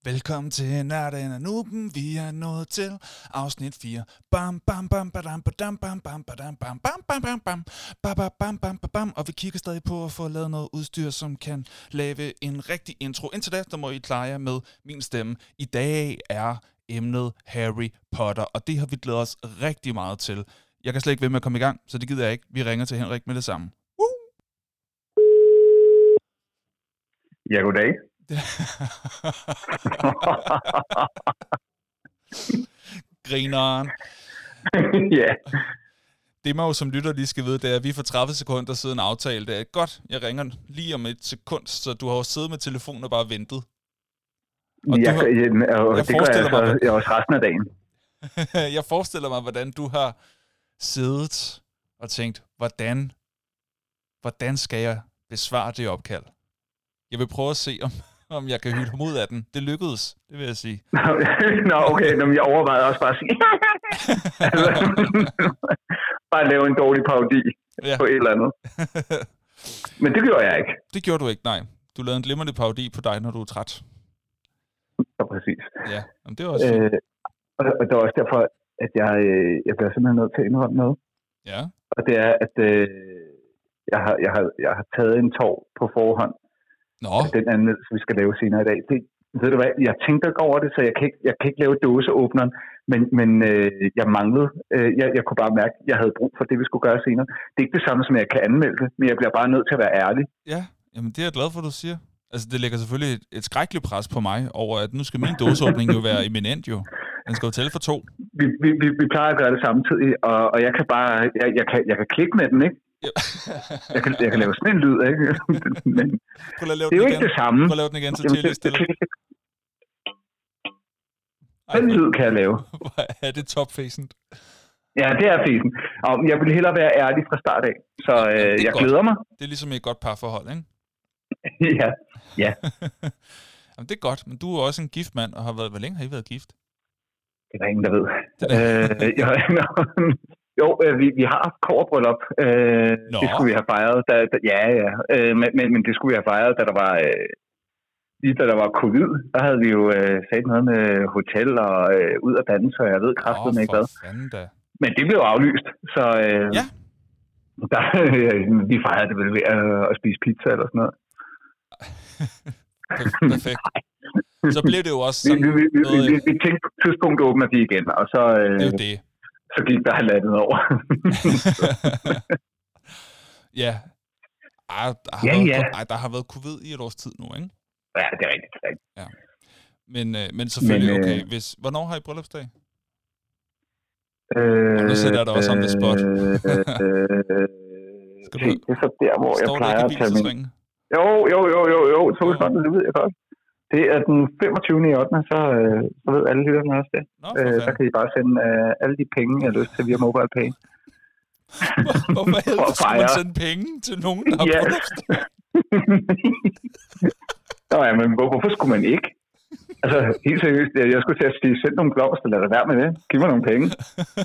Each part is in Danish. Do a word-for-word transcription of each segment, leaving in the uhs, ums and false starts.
Velkommen til Nørden og Nuben, vi er nået til afsnit fire. Bam, bam, bam, badam, badam, bam, bam, badam, bam, bam, bam, bam, bam, bam, bam, bam, bam, bam, og vi kigger stadig på at få lavet noget udstyr, som kan lave en rigtig intro. Indtil da, der må I klare jer med min stemme. I dag er emnet Harry Potter, og det har vi glædet os rigtig meget til. Jeg kan slet ikke ved med at komme i gang, så det gider jeg ikke. Vi ringer til Henrik med det samme. Woo! Ja, goddag. Grineren. Ja. Det man jo som lytter lige skal vide, det er, at vi for tredive sekunder siden aftalte, det er godt, jeg ringer lige om et sekund, så du har jo siddet med telefonen og bare ventet. Og ja, har, jeg, og jeg det gør jeg, mig, jeg også resten af dagen. Jeg forestiller mig, hvordan du har siddet og tænkt, hvordan, hvordan skal jeg besvare det opkald? Jeg vil prøve at se, om, om jeg kan hylde ham ud af den. Det lykkedes, det vil jeg sige. Nå, okay. Nå, jeg overvejede også bare at sige, altså, bare lave en dårlig parodi ja. På et eller andet. Men det gjorde jeg ikke. Det gjorde du ikke, nej. Du lavede en glimrende parodi på dig, når du er træt. Ja, præcis. Ja, men det var også fint. Øh, og, og det var også derfor, at jeg, jeg bliver simpelthen nødt til at indrømme noget. Ja. Og det er, at øh, jeg, har, jeg, har, jeg har taget en tår på forhånd. Nå. Den anmeldelse, vi skal lave senere i dag. Det, ved du hvad, jeg tænkte ikke over det, så jeg kan ikke, jeg kan ikke lave dåseåbneren, men, men øh, jeg manglede, øh, jeg, jeg kunne bare mærke, at jeg havde brug for det, vi skulle gøre senere. Det er ikke det samme, som jeg kan anmelde det, men jeg bliver bare nødt til at være ærlig. Ja, jamen det er jeg glad for, du siger. Altså det lægger selvfølgelig et, et skrækkeligt pres på mig, over at nu skal min dåseåbning jo være imminent jo. Den skal jo tælle for to. Vi, vi, vi, vi plejer at gøre det samtidig, og, og jeg kan bare, jeg, jeg, kan, jeg kan klikke med den, ikke? jeg, kan, jeg kan lave sådan en lyd, ikke? Men prøv at lave det er jo igen. ikke det samme. Prøv at lave den igen, så til lige stille. Den lyd kan jeg lave. Er det topfacent? Ja, det er fesen. Og jeg vil hellere være ærlig fra start af, så øh, Jamen, jeg godt. Glæder mig. Det er ligesom et godt parforhold, ikke? ja, ja. Jamen, det er godt, men du er også en gift mand, og har været, hvor længe har I været gift? Det er der ingen, der ved. øh, jeg, Jo, øh, vi, vi har haft kobberbryllup. Øh, det skulle vi have fejret. Da, da, ja, ja. Øh, men, men, men det skulle vi have fejret, da der var, øh, lige da der var covid. Der havde vi jo øh, sagt noget med hotel og øh, ud af danse, og jeg ved kraftedeme ikke hvad. Men det blev aflyst, så øh, ja. der, øh, vi fejrede det vel ved at, at spise pizza eller sådan noget. Perfekt. Så blev det jo også sådan vi, vi, vi, noget... vi, vi, vi tænkte på et tidspunkt åbner de igen, og så... Øh, det er jo det. Så gik der halvandet over. ja. Ej, der, har ja, været, ja. Ej, der har været covid i et års tid nu, ikke? Ja, det er rigtigt. Det er rigtigt. Ja. Men, øh, men selvfølgelig, men, okay. Hvis, hvornår har I bryllupsdag? Øh, og nu sætter jeg dig også om det spot. øh, Skal du, det er så der, hvor jeg plejer at tage min... Jo, jo, jo, jo, jo. To sekunder, det ved jeg godt. Det er den femogtyvende i ottende så, øh, så ved alle lytterne også det. Nå, øh, der kan I bare sende øh, alle de penge, jeg har lyst til via MobilePay. Hvorfor helvede skal man sende penge til nogen, der har bryllupsdag? Nå ja, men hvor, hvorfor skulle man ikke? Altså, helt seriøst, jeg skulle til at sige, send nogle blomster, lad dig være med det. Giv mig nogle penge.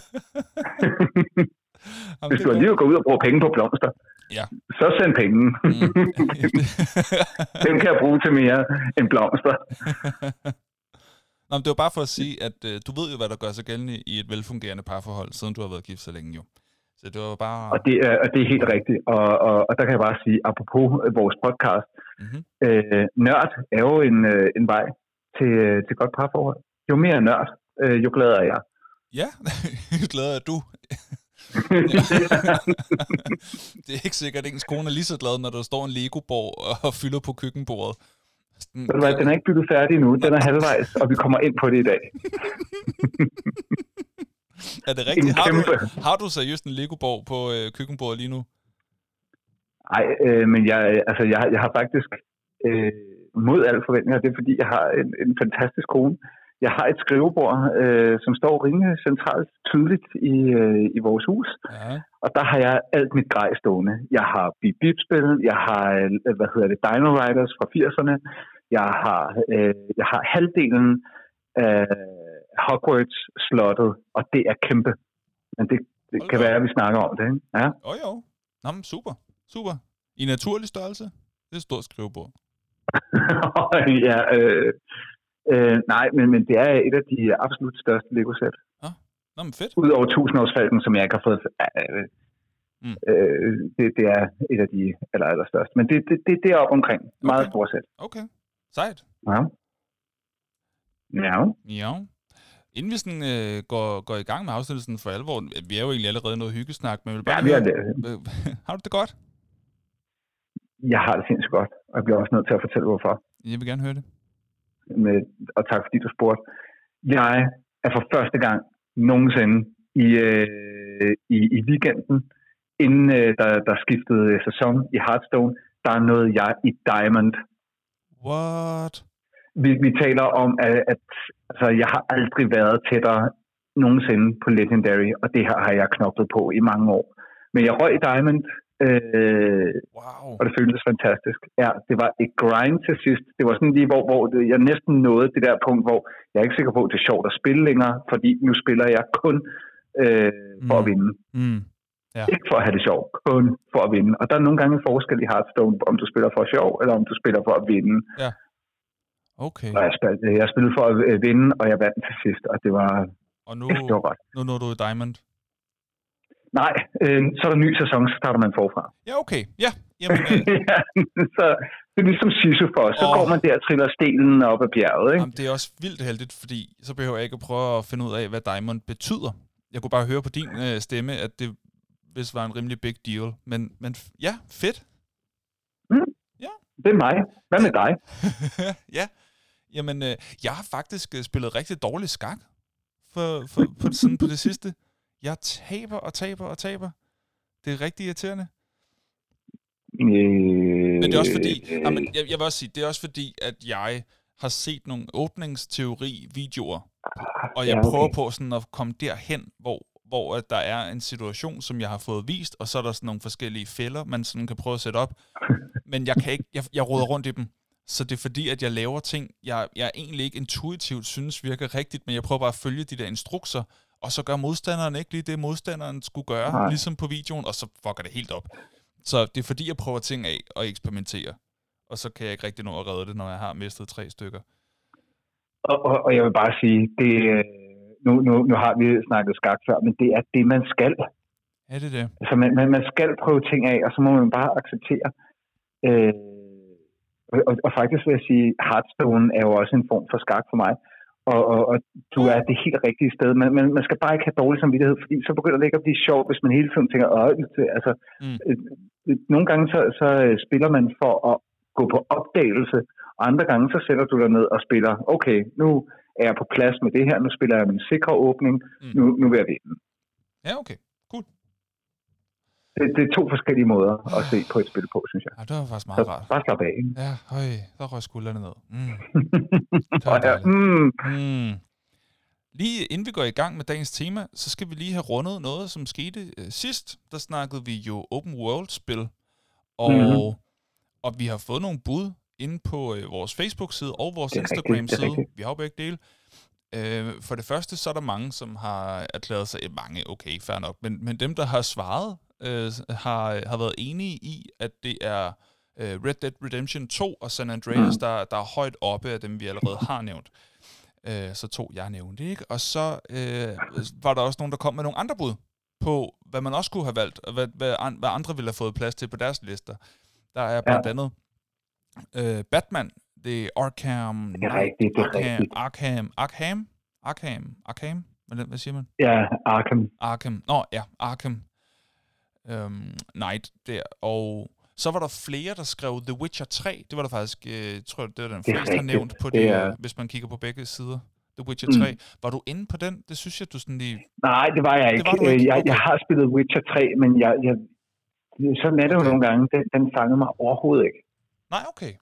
Jamen, hvis du alligevel går ud og bruger penge på blomster, ja. Så send penge. Mm. Den kan jeg bruge til mere end blomster. Nå, men det var bare for at sige, at øh, du ved jo, hvad der gør sig gældende i et velfungerende parforhold, siden du har været gift så længe jo. Så det var bare... Og det er, og det er helt rigtigt. Og, og, og der kan jeg bare sige, apropos vores podcast, mm-hmm. øh, nørd er jo en, øh, en vej til, til godt parforhold. Jo mere nørd, øh, jo gladere er jeg. Ja, jo gladere er du. Det er ikke sikkert, at ens kone er lige så glad, når der står en Lego-borg og fylder på køkkenbordet. Den, den er ikke bygget færdig nu, den er halvvejs, og vi kommer ind på det i dag. Er det rigtigt? Har du, har du seriøst en Lego-borg på øh, køkkenbordet lige nu? Nej, øh, men jeg, altså, jeg, jeg har faktisk øh, mod alle forventninger, det er fordi, jeg har en, en fantastisk kone. Jeg har et skrivebord, øh, som står rimelig centralt tydeligt i, øh, i vores hus. Ja. Og der har jeg alt mit grej stående. Jeg har Beep Beep-spil, jeg har, hvad hedder det, Dino Riders fra firserne. Jeg har, øh, jeg har halvdelen af Hogwarts-slottet, og det er kæmpe. Men det, det kan være, at vi snakker om det, ikke? Ja. Jo, jo. Nå, men super. Super. I naturlig størrelse? Det er et stort skrivebord. ja, øh... Øh, nej, men, men det er et af de absolut største Lego-sæt. Ah, nå, men fedt. Udover tusindårsfalken, som jeg ikke har fået... Øh, mm. øh, det, det er et af de aller, aller største. Men det, det, det, det er op omkring. Meget okay. stort sæt. Okay, sejt. Ja. Ja. Ja. Inden vi sådan, øh, går, går i gang med afsnittelsen for alvor, vi er jo egentlig allerede noget hyggesnak, men jeg vil bare ja, vi er det. Har du det godt? Jeg har det sindssygt godt, og jeg bliver også nødt til at fortælle, hvorfor. Jeg vil gerne høre det. Med, og tak fordi du spurgte. Jeg er for første gang nogensinde i, øh, i, i weekenden, inden øh, der, der skiftede sæson i Hearthstone, der er noget jeg i Diamond. What? Vi, vi taler om, at, at altså, jeg har aldrig været tættere nogensinde på Legendary, og det her har jeg knoklet på i mange år. Men jeg røg i Diamond, øh, wow. og det føltes fantastisk. Ja, det var et grind til sidst. Det var sådan lige, hvor, hvor jeg næsten nåede det der punkt, hvor jeg er ikke sikker på, at det er sjovt at spille længere, fordi nu spiller jeg kun øh, for mm. at vinde. Mm. Ja. Ikke for at have det sjovt, kun for at vinde. Og der er nogle gange forskel i Hearthstone, om du spiller for sjov, eller om du spiller for at vinde. Ja. Okay. Og jeg, spillede, jeg spillede for at vinde, og jeg vandt til sidst, og det var, og nu, det var godt. Nu når du er Diamond? Nej, øh, så er der en ny sæson, så starter man forfra. Ja, okay. Ja. Jamen, øh... ja, så det er ligesom Sisyfos. Så oh. går man der og triller stenen op ad bjerget, ikke? Jamen, det er også vildt heldigt, fordi så behøver jeg ikke at prøve at finde ud af, hvad Diamond betyder. Jeg kunne bare høre på din øh, stemme, at det vist var en rimelig big deal. Men, men ja, fedt. Mm. Ja. Det er mig. Hvad med dig? Ja. Jamen, øh, jeg har faktisk øh, spillet rigtig dårligt skak for, for, på, sådan på det sidste. Jeg taber og taber og taber. Det er rigtig irriterende. Øh, Men det er også fordi, øh, jamen, jeg, jeg vil også sige, det er også fordi, at jeg har set nogle åbningsteori-videoer, og jeg ja, okay. prøver på sådan at komme derhen, hvor, hvor at der er en situation, som jeg har fået vist, og så er der sådan nogle forskellige fælder, man sådan kan prøve at sætte op. Men jeg kan ikke, jeg, jeg roder rundt i dem. Så det er fordi, at jeg laver ting, jeg, jeg egentlig ikke intuitivt synes virker rigtigt, men jeg prøver bare at følge de der instrukser, og så gør modstanderen ikke lige det, modstanderen skulle gøre, Nej. ligesom på videoen, og så fucker det helt op. Så det er fordi, jeg prøver ting af og eksperimentere, og så kan jeg ikke rigtig nå at redde det, når jeg har mistet tre stykker. Og, og, og jeg vil bare sige, det, nu, nu, nu har vi snakket skak før, men det er det, man skal. Er det det? Altså, man, man, man skal prøve ting af, og så må man bare acceptere. Øh, og, og faktisk vil jeg sige, Hearthstone er jo også en form for skak for mig. Og, og, og du er det helt rigtige sted. Man, man, man skal bare ikke have dårlig samvittighed, fordi så begynder det ikke at blive sjovt, hvis man hele tiden tænker, åh, altså, mm. øh, nogle gange så, så spiller man for at gå på opdagelse, og andre gange så sætter du dig ned og spiller, okay, nu er jeg på plads med det her, nu spiller jeg min sikre åbning, mm. nu, nu vil jeg vinde. Ja, okay. Cool. Det, det er to forskellige måder at se på et spil på, synes jeg. Ja, det var faktisk meget så rart. Bare slap af. Ja, høj, der røg skuldrene ned. Mm. ja, mm. Mm. Lige inden vi går i gang med dagens tema, så skal vi lige have rundet noget, som skete øh, sidst. Der snakkede vi jo open world-spil, og, mm-hmm. og vi har fået nogle bud inde på øh, vores Facebook-side og vores Instagram-side. Vi har jo begge dele. Øh, for det første, så er der mange, som har erklæret sig, mange, okay, fair nok, men, men dem, der har svaret, øh, har, har været enige i, at det er øh, Red Dead Redemption to og San Andreas, mm. der, der er højt oppe af dem, vi allerede har nævnt. Øh, så to, jeg nævnte, ikke? Og så øh, var der også nogen, der kom med nogle andre bud på, hvad man også kunne have valgt, og hvad, hvad, hvad andre ville have fået plads til på deres lister. Der er blandt andet øh, Batman, det er Arkham, det er rigtigt, det er Arkham, rigtigt. Arkham, Arkham, Arkham, Arkham, hvad, hvad siger man? Ja, Arkham. Arkham, nå ja, Arkham øhm, Knight der, og så var der flere, der skrev The Witcher tre, det var der faktisk, øh, tror jeg, det var den fleste, der nævnt på det, det er... hvis man kigger på begge sider. The Witcher tre. Mm. Var du inde på den? Det synes jeg, du sådan lige... Nej, det var jeg ikke. Var ikke? Jeg, okay. jeg har spillet Witcher tre, men jeg, jeg, sådan er det okay. jo nogle gange. Den, den fangede mig overhovedet ikke. Nej, okay.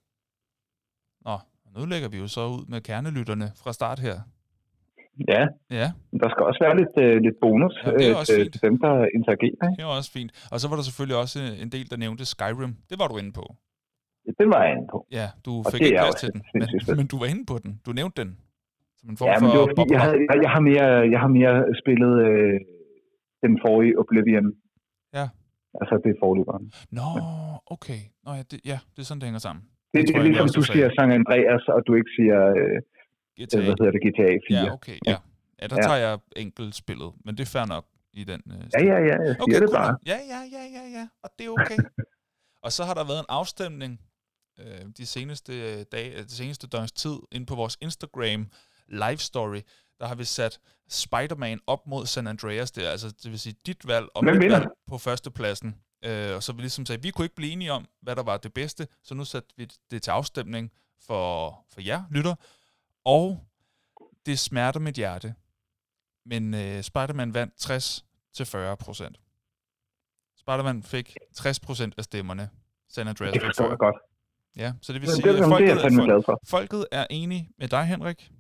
Nå, nu lægger vi jo så ud med kernelytterne fra start her. Ja. Ja. Der skal også være lidt, uh, lidt bonus ja, det er også øh, til dem, der interagerer. Det var også fint. Og så var der selvfølgelig også en del, der nævnte Skyrim. Det var du inde på. Ja, det var jeg inde på. Ja, du fik ikke plads til den. Men, men du var inde på den. Du nævnte den. Som en form ja, men det var fordi, jeg, havde, jeg, jeg, har mere, jeg har mere spillet øh, den forrige Oblivion. Ja. Altså, det er forløberen. Nå, okay. Nå, ja, det, ja, det er sådan, det hænger sammen. Det, det, det er ligesom, du siger Sankt Andreas, og du ikke siger... Øh, G T A. hvad hedder det, G T A fire. Ja, okay, ja. Ja, der Ja. tager jeg enkeltspillet, men det er fair nok i den øh, Ja, ja, ja, jeg siger okay, det cool. bare. Ja, ja, ja, ja, ja, og det er okay. Og så har der været en afstemning øh, de seneste dage, de seneste døgns tid, inde på vores Instagram live story, der har vi sat Spider-Man op mod San Andreas, det er altså, det vil sige dit valg og Hvem mit vinder? valg på førstepladsen. Øh, og så vi ligesom sagde, vi kunne ikke blive enige om, hvad der var det bedste, så nu satte vi det til afstemning for, for jer, lytter. Og det smerter mit hjerte. Men øh, Spider-Man vandt tres til fyrre procent. Spider-Man fik tres procent af stemmerne. San Andreas Det fik forstår fyrre. jeg godt. Ja, så det vil Men sige, det, at det er folket, jeg fandme glad for. folket er enige med dig, Henrik.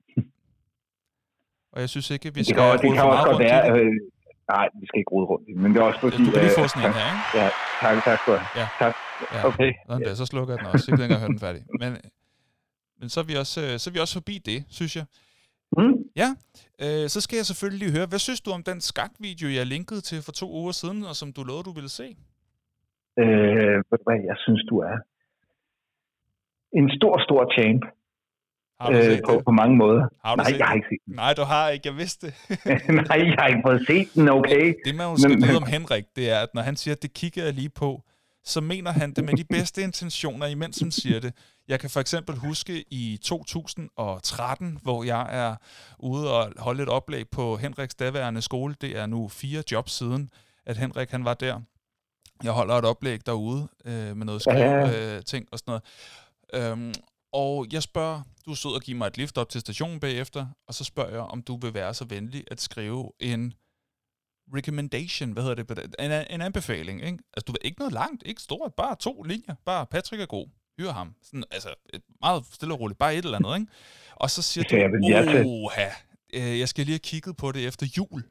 Og jeg synes ikke, vi Det skal kan, rode det kan for også meget godt rundt i være... det. Øh, nej, vi skal ikke rode rundt i det, men det er også fordi... Du kan lige få øh, sådan en her, ikke? Ja, tak, tak skal du have. Ja. Tak. Ja. Okay. Sådan der, så slukker jeg den også. Jeg kan ikke engang høre den færdig. Men, men så, er vi også, øh, så er vi også forbi det, synes jeg. Mm. Ja, øh, så skal jeg selvfølgelig lige høre, hvad synes du om den skakvideo, jeg linkede til for to uger siden, og som du lovede, du ville se? Øh, ved du hvad, jeg synes, du er en stor, stor champ. Har du øh, set på, det? på mange måder. Har du Nej, set jeg har det? ikke set den. Nej, du har ikke. Jeg vidste det. Nej, jeg har ikke fået set den, okay? Det, det man jo skal Men- vide om Henrik, det er, at når han siger, at det kigger jeg lige på, så mener han det med de bedste intentioner, imens han siger det. Jeg kan for eksempel huske i to tusind og tretten, hvor jeg er ude og holde et oplæg på Henriks daværende skole. Det er nu fire jobs siden, at Henrik han var der. Jeg holder et oplæg derude øh, med noget skrive øh, ting og sådan noget. Øhm, og jeg spørger, du er sød og give mig et lift op til stationen bagefter, og så spørger jeg, om du vil være så venlig at skrive en recommendation, hvad hedder det på det? En, en anbefaling, ikke? Altså, du ved, ikke noget langt, ikke stort, bare to linjer, bare Patrick er god, hyr ham. Sådan, altså, et meget stille og roligt, bare et eller andet, ikke? Og så siger Det sagde jeg vel ja til. du, oha, øh, jeg skal lige have kigget på det efter jul.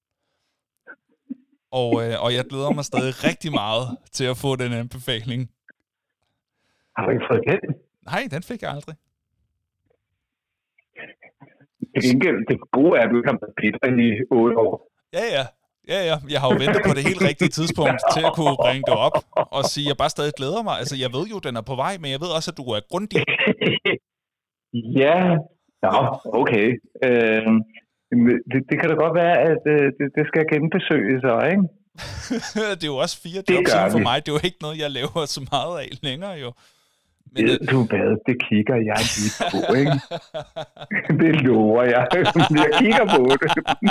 Og, øh, og jeg glæder mig stadig rigtig meget til at få den anbefaling. Har du ikke fået den? Nej, den fik jeg aldrig. Til gengæld, det gode er, at du ikke har været Peter i otte år. Ja, ja. Ja, ja. Jeg har jo ventet på det helt rigtige tidspunkt til at kunne bringe det op og sige, at jeg bare stadig glæder mig. Altså, jeg ved jo, den er på vej, men jeg ved også, at du er grundig. Ja, ja, okay. Øh, det, det kan da godt være, at øh, det, det skal genbesøge så, ikke? Det er jo også fire Det jobs gør siden for vi. mig. Det er jo ikke noget, jeg laver så meget af længere, jo. Men, Ved du hvad, det kigger jeg lige på, ikke? Det lover jeg. Jeg kigger på det.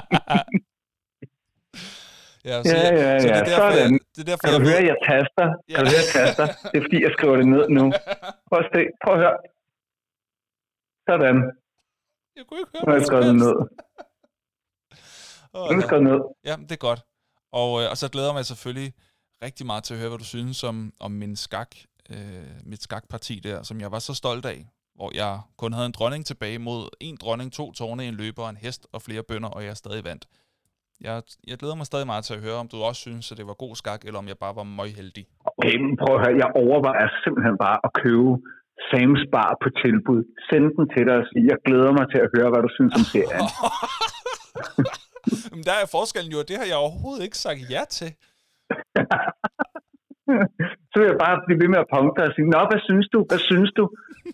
ja, så, Ja, ja, så det ja. er derfor, Sådan. jeg, det er derfor, Kan du jeg høre, ved- jeg taster? Kan du Ja. høre, jeg taster? Det er fordi, jeg skriver det ned nu. Prøv at se. Prøv at høre. Sådan. Jeg kunne ikke høre Nu har jeg noget skrevet som det ned. helst. Åh, Nu har jeg ja. skrevet ned. Ja, det er godt. Og, øh, og så glæder jeg mig selvfølgelig rigtig meget til at høre, hvad du synes om, om min skak, øh, mit skakparti der, som jeg var så stolt af, hvor jeg kun havde en dronning tilbage mod en dronning, to tårne, en løber, en hest og flere bønder, og jeg stadig vandt. Jeg, jeg glæder mig stadig meget til at høre, om du også synes, at det var god skak, eller om jeg bare var møgheldig. Okay, men prøv at høre. Jeg overvejer simpelthen bare at købe Sam's Bar på tilbud. Send den til dig og sige, jeg glæder mig til at høre, hvad du synes om serien. Men der er forskellen jo, og det har jeg overhovedet ikke sagt ja til. Så vil jeg bare blive ved med at punkte og sige, nå, hvad synes du? Hvad synes du?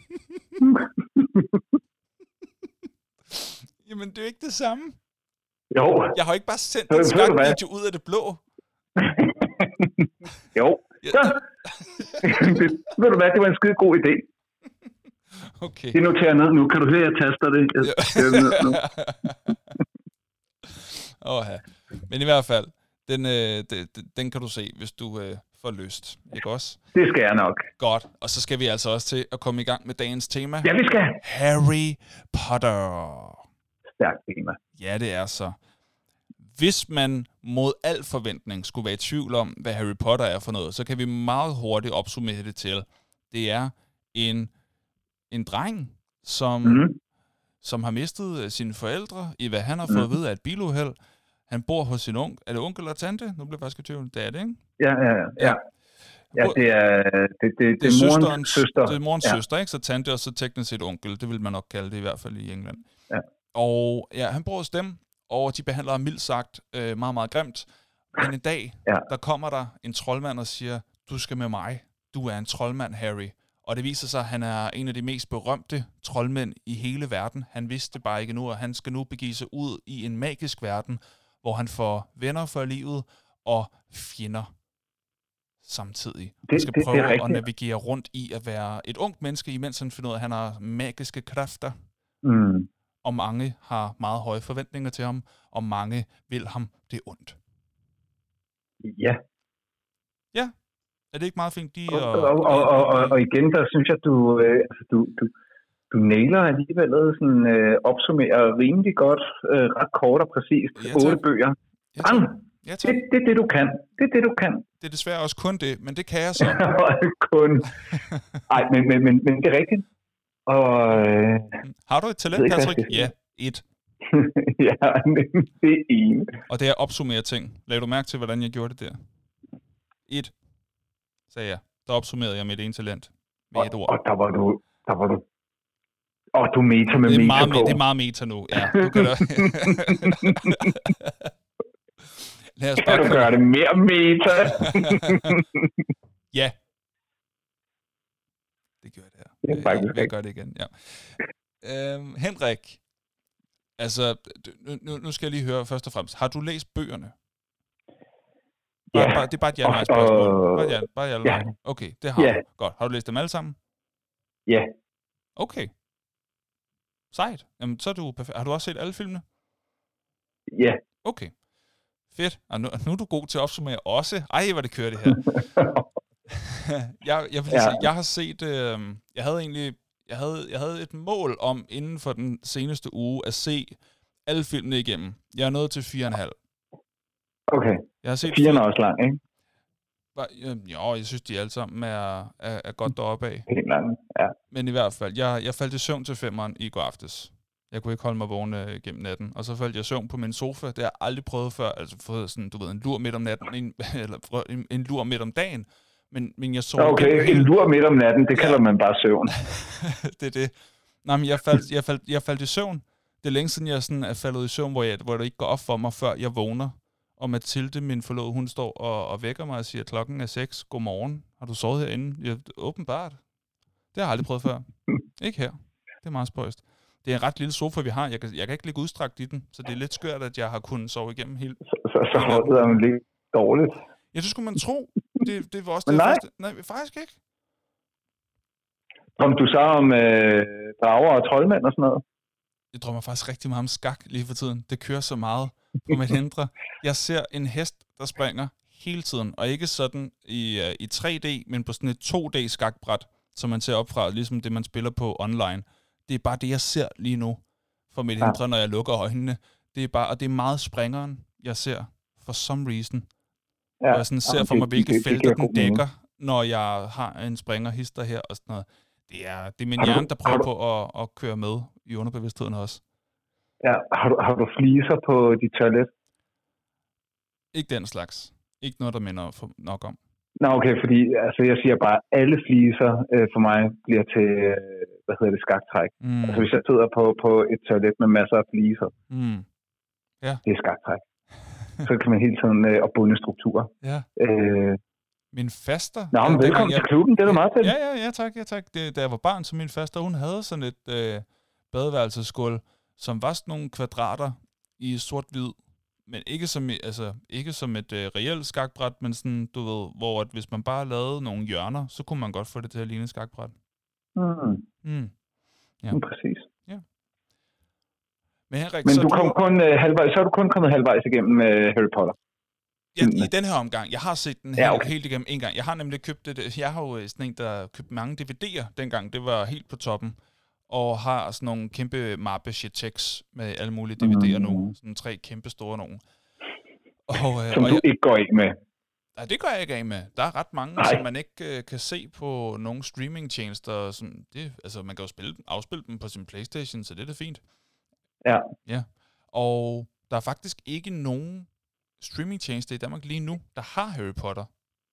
Jamen, det er jo ikke det samme. Jo. Jeg har jo ikke bare sendt Så- en så ved du hvad? skakvideo ud af det blå. Jo. Ja. Så. det, ved du hvad, det var en skide god idé. Okay. Det noterer jeg ned nu. Kan du høre, jeg taster det? Jeg, Ja. jeg ned nu. Åh, ja. Men i hvert fald, den, øh, den, den kan du se, hvis du øh, får lyst. Ikke også? Det skal jeg nok. Godt. Og så skal vi altså også til at komme i gang med dagens tema. Ja, vi skal. Harry Potter. Stærkt tema. Ja, det er så. Hvis man mod al forventning skulle være i tvivl om, hvad Harry Potter er for noget, så kan vi meget hurtigt opsummere det til. Det er en, en dreng, som, Mm. som har mistet øh, sine forældre i, hvad han har fået at vide af et biluheld. Han bor hos sin onkel. Er det onkel eller tante? Nu bliver jeg faktisk i tvivl. Det er det, ikke? Ja, ja, ja. ja. Ja, det er, det, det, det, Det er, er morens søsterens, søster. det er morens Ja. søster, ikke? Så tante og så teknisk set onkel. Det vil man nok kalde det i hvert fald i England. Ja. Og ja, han bor hos dem, og de behandler ham mildt sagt øh, meget, meget grimt. Men en dag, Ja. der kommer der en troldmand og siger, du skal med mig. Du er en troldmand, Harry. Og det viser sig, at han er en af de mest berømte troldmænd i hele verden. Han vidste det bare ikke nu, og han skal nu begive sig ud i en magisk verden, hvor han får venner for livet og fjender samtidig. Han skal det, prøve det at navigere rundt i at være et ungt menneske, imens han finder ud af, at han har magiske kræfter. Mm. Og mange har meget høje forventninger til ham, og mange vil ham det ondt. Ja. Ja. Er det ikke meget fint? De og, og, og, og, og, og igen, der synes jeg, du, øh, altså, du, du, du nailer alligevel sådan, øh, opsummerer rimelig godt, øh, ret kort og præcist, ja, otte bøger. Ja, Bang! Ja, det, det er det, du kan. Det er det, du kan. Det er desværre også kun det, men det kan jeg så. kun. Ej, men, men, men, men det er rigtigt. Og, øh, har du et talent, Patrick? Ja, et. ja, det er en. Og det er at opsummere ting. Lad du mærke til, hvordan jeg gjorde det der? Et, sagde jeg. Der opsummerede jeg mit ene talent med og, et ord. Og der var du... Der var du og du meta med det er meta meget, på. Det er meget meta nu, ja. Du kan da... Lad os bare kan du gøre det mere meta? ja. Det gør jeg der. Det er faktisk jeg, jeg gør det igen, ja. Øhm, Henrik, altså, nu, nu skal jeg lige høre først og fremmest. Har du læst bøgerne? Bare, Ja. bare, det er bare et ja-nej-spørgsmål. Og, bare ja, bare ja, ja. Okay, det har ja. du. Godt. Har du læst dem alle sammen? Ja. Okay. Sejt. Jamen, så er du perfekt. Har du også set alle filmene? Ja. Okay. Fedt. Og nu, nu er du god til at opsummere også. Ej, hvor det kører det her. jeg, jeg, vil ja. sige, jeg har set... Øh, jeg havde egentlig... Jeg havde, jeg havde et mål om, inden for den seneste uge, at se alle filmene igennem. Jeg er nået til fire og en halv. Okay. Jeg har set fire er også lang, ikke? Jo, jeg synes, de alle sammen er, er, er godt deroppe af. Helt lang, ja. Men i hvert fald, jeg, jeg faldt i søvn til femmeren i går aftes. Jeg kunne ikke holde mig vågen øh, gennem natten. Og så faldt jeg i søvn på min sofa. Det har jeg aldrig prøvet før. Altså fået sådan, du ved, en lur midt om natten. En, eller en, en lur midt om dagen. Men, men jeg så... Okay, en lur midt om natten, det kalder ja. man bare søvn. det er det. Nej, men jeg faldt, jeg, faldt, jeg faldt i søvn. Det er længe siden, jeg sådan er faldet i søvn, hvor, jeg, hvor det ikke går op for mig, før jeg vågner. Og Mathilde, min forlovede, hun står og, og vækker mig og siger, klokken er seks. Godmorgen. Har du sovet herinde? Ja, åbenbart. Det har jeg aldrig prøvet før. Ikke her. Det er meget spøjst. Det er en ret lille sofa, vi har. Jeg kan, jeg kan ikke ligge udstrakt i den, så det er lidt skørt, at jeg har kunnet sove igennem hele... Så, så, så holdet er man lidt dårligt. Ja, det skulle man tro. Det, det var også Men det nej. første... Nej, faktisk ikke. Om du så om øh, drager og troldmænd og sådan noget? Jeg drømmer faktisk rigtig meget om skak lige for tiden. Det kører så meget på mit indre. Jeg ser en hest, der springer hele tiden, og ikke sådan i, uh, i tre D, men på sådan et to D skakbræt, som man ser op fra, ligesom det, man spiller på online. Det er bare det, jeg ser lige nu for mit ja. indre, når jeg lukker øjnene. Det er bare, og det er meget springeren, jeg ser, for some reason. Ja. Og jeg sådan ser ja, for mig, hvilke det, felter det, det den dækker, når jeg har en springerhister her og sådan noget. Det er, det er min hjerne, der prøver på at, at køre med i underbevidstheden også. Ja, har du, har du fliser på dit toilet? Ikke den slags. Ikke noget, der minder for nok om. Nå, okay, fordi altså, jeg siger bare, at alle fliser øh, for mig bliver til, øh, hvad hedder det, skaktræk. Mm. Altså hvis jeg sidder på, på et toilet med masser af fliser, mm. ja. det er skaktræk. Så kan man hele tiden øh, opbunde strukturer. Ja. Øh, min faster... Nå, men velkommen jeg, til klubben, det er du meget til. Ja, ja, ja, tak, ja, tak. Det, da jeg var barn, så min faster, hun havde sådan et øh, badeværelsesgulv, som var sådan nogle kvadrater i sort-hvid, men ikke som, altså, ikke som et øh, reelt skakbræt, men sådan, du ved, hvor at hvis man bare lavede nogle hjørner, så kunne man godt få det til at ligne et skakbræt. Mm. Mm. Ja. Mm, præcis. Ja. Men Henrik, men så du kom du... kun øh, halvvejs, så er du kun kommet halvvejs igennem øh, Harry Potter. Ja, i den her omgang. Jeg har set den helt, ja, okay. helt igennem en gang. Jeg har nemlig købt det. Jeg har jo sådan en, der købte mange D V D'er dengang. Det var helt på toppen. Og har sådan nogle kæmpe mappe Shetex med alle mulige D V D'er mm. nu. Sådan tre kæmpe store nogen. Og, øh, som og du jeg, ikke går af med? Nej, det går jeg ikke af med. Der er ret mange, nej. Som man ikke øh, kan se på nogle streamingtjenester. Som det, altså, man kan jo spille, afspille dem på sin PlayStation, så det er da fint. Ja. Ja. Og der er faktisk ikke nogen streamingtjeneste i Danmark lige nu, der har Harry Potter.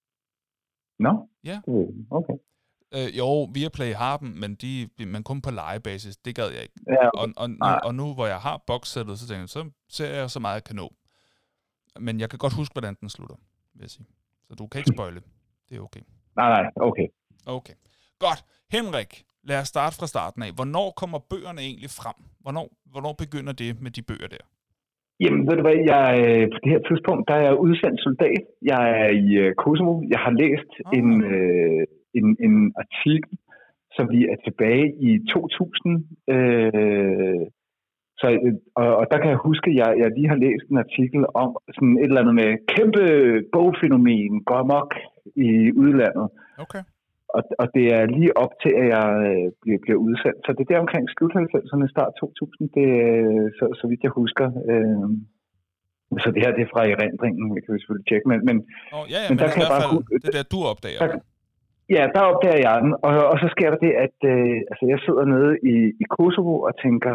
Nå? No? Ja. Okay. Øh, jo, Viaplay har dem, men de, man kun på lejebasis. Det gad jeg ikke. Ja, okay. og, og, nu, og nu, hvor jeg har boxsættet, så tænker jeg, så ser jeg så meget, jeg kan nå. Men jeg kan godt huske, hvordan den slutter, vil jeg sige. Så du kan ikke spoile. Det er okay. Nej, nej, okay. Okay. Godt. Henrik, lad os starte fra starten af. Hvornår kommer bøgerne egentlig frem? Hvornår, hvornår begynder det med de bøger der? Jamen, ved du hvad, jeg, på det her tidspunkt, der er jeg udsendt soldat. Jeg er i uh, Kosovo. Jeg har læst oh. en, uh, en, en artikel, som vi er tilbage i to tusind. Uh, så, og, og der kan jeg huske, at jeg, jeg lige har læst en artikel om sådan et eller andet med kæmpe bogfænomen, går amok i udlandet. Okay. Og, og det er lige op til, at jeg øh, bliver, bliver udsendt. Så det er der omkring slut halvfemserne, start to tusind, det er så, så vidt jeg husker. Øh, så det her det er fra erindringen, det kan vi selvfølgelig tjekke. Men, men, oh, ja, ja, men, men der det kan er i hvert bare fald det der, du opdager. Der, ja, der opdager jeg den. Og, og så sker der det, at øh, altså, jeg sidder nede i, i Kosovo og tænker,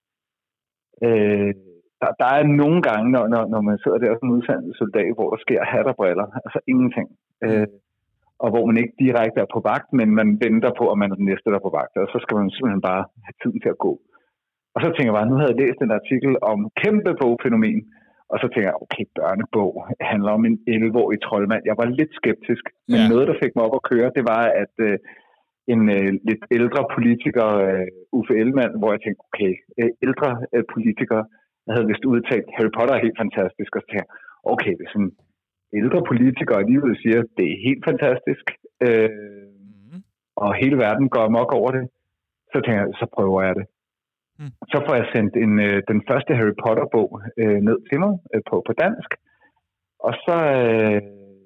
øh, der, der er nogle gange, når, når, når man sidder der som udsendt soldat, hvor der sker hat og briller. Altså ingenting. Øh, og hvor man ikke direkte er på vagt, men man venter på, at man er den næste, der er på vagt. Og så skal man simpelthen bare have tiden til at gå. Og så tænker jeg bare, nu havde jeg læst en artikel om kæmpe bogfænomen, og så tænker jeg, okay, børnebog handler om en elleve-årig troldmand. Jeg var lidt skeptisk, men ja. Noget, der fik mig op at køre, det var, at øh, en øh, lidt ældre politiker, øh, Uffe Ellemann, hvor jeg tænkte, okay, øh, ældre øh, politiker, jeg havde vist udtalt, Harry Potter er helt fantastisk, og så tænkte jeg, okay, det er sådan ældre politikere alligevel siger, at det er helt fantastisk, øh, mm. og hele verden går amok over det, så tænker jeg, så prøver jeg det. Mm. Så får jeg sendt en, øh, den første Harry Potter-bog øh, ned til mig øh, på, på dansk, og så øh,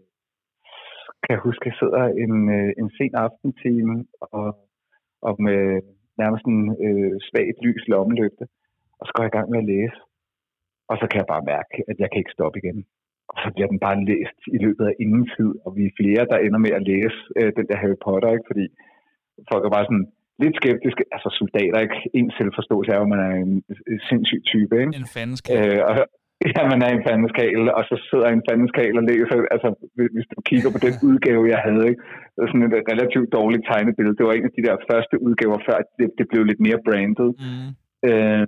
kan jeg huske, at jeg sidder en, øh, en sen aftentime og, og med nærmest en øh, svagt lys lommelygte, og så går jeg i gang med at læse, og så kan jeg bare mærke, at jeg kan ikke stoppe igen. Og så bliver den bare læst i løbet af ingen tid, og vi er flere, der ender med at læse øh, den der Harry Potter, ikke? Fordi folk er bare sådan lidt skeptiske. Altså soldater, ikke? En selvforståelse er jo, at man er en sindssyg type, ikke? En fandenskal. Øh, og, ja, man er en fandenskal, og så sidder en fandenskal og læser. Altså, hvis du kigger på den udgave, jeg havde, ikke? Det var sådan et relativt dårligt tegnebillede. Det var en af de der første udgaver, før det, det blev lidt mere branded. Mm. Øh,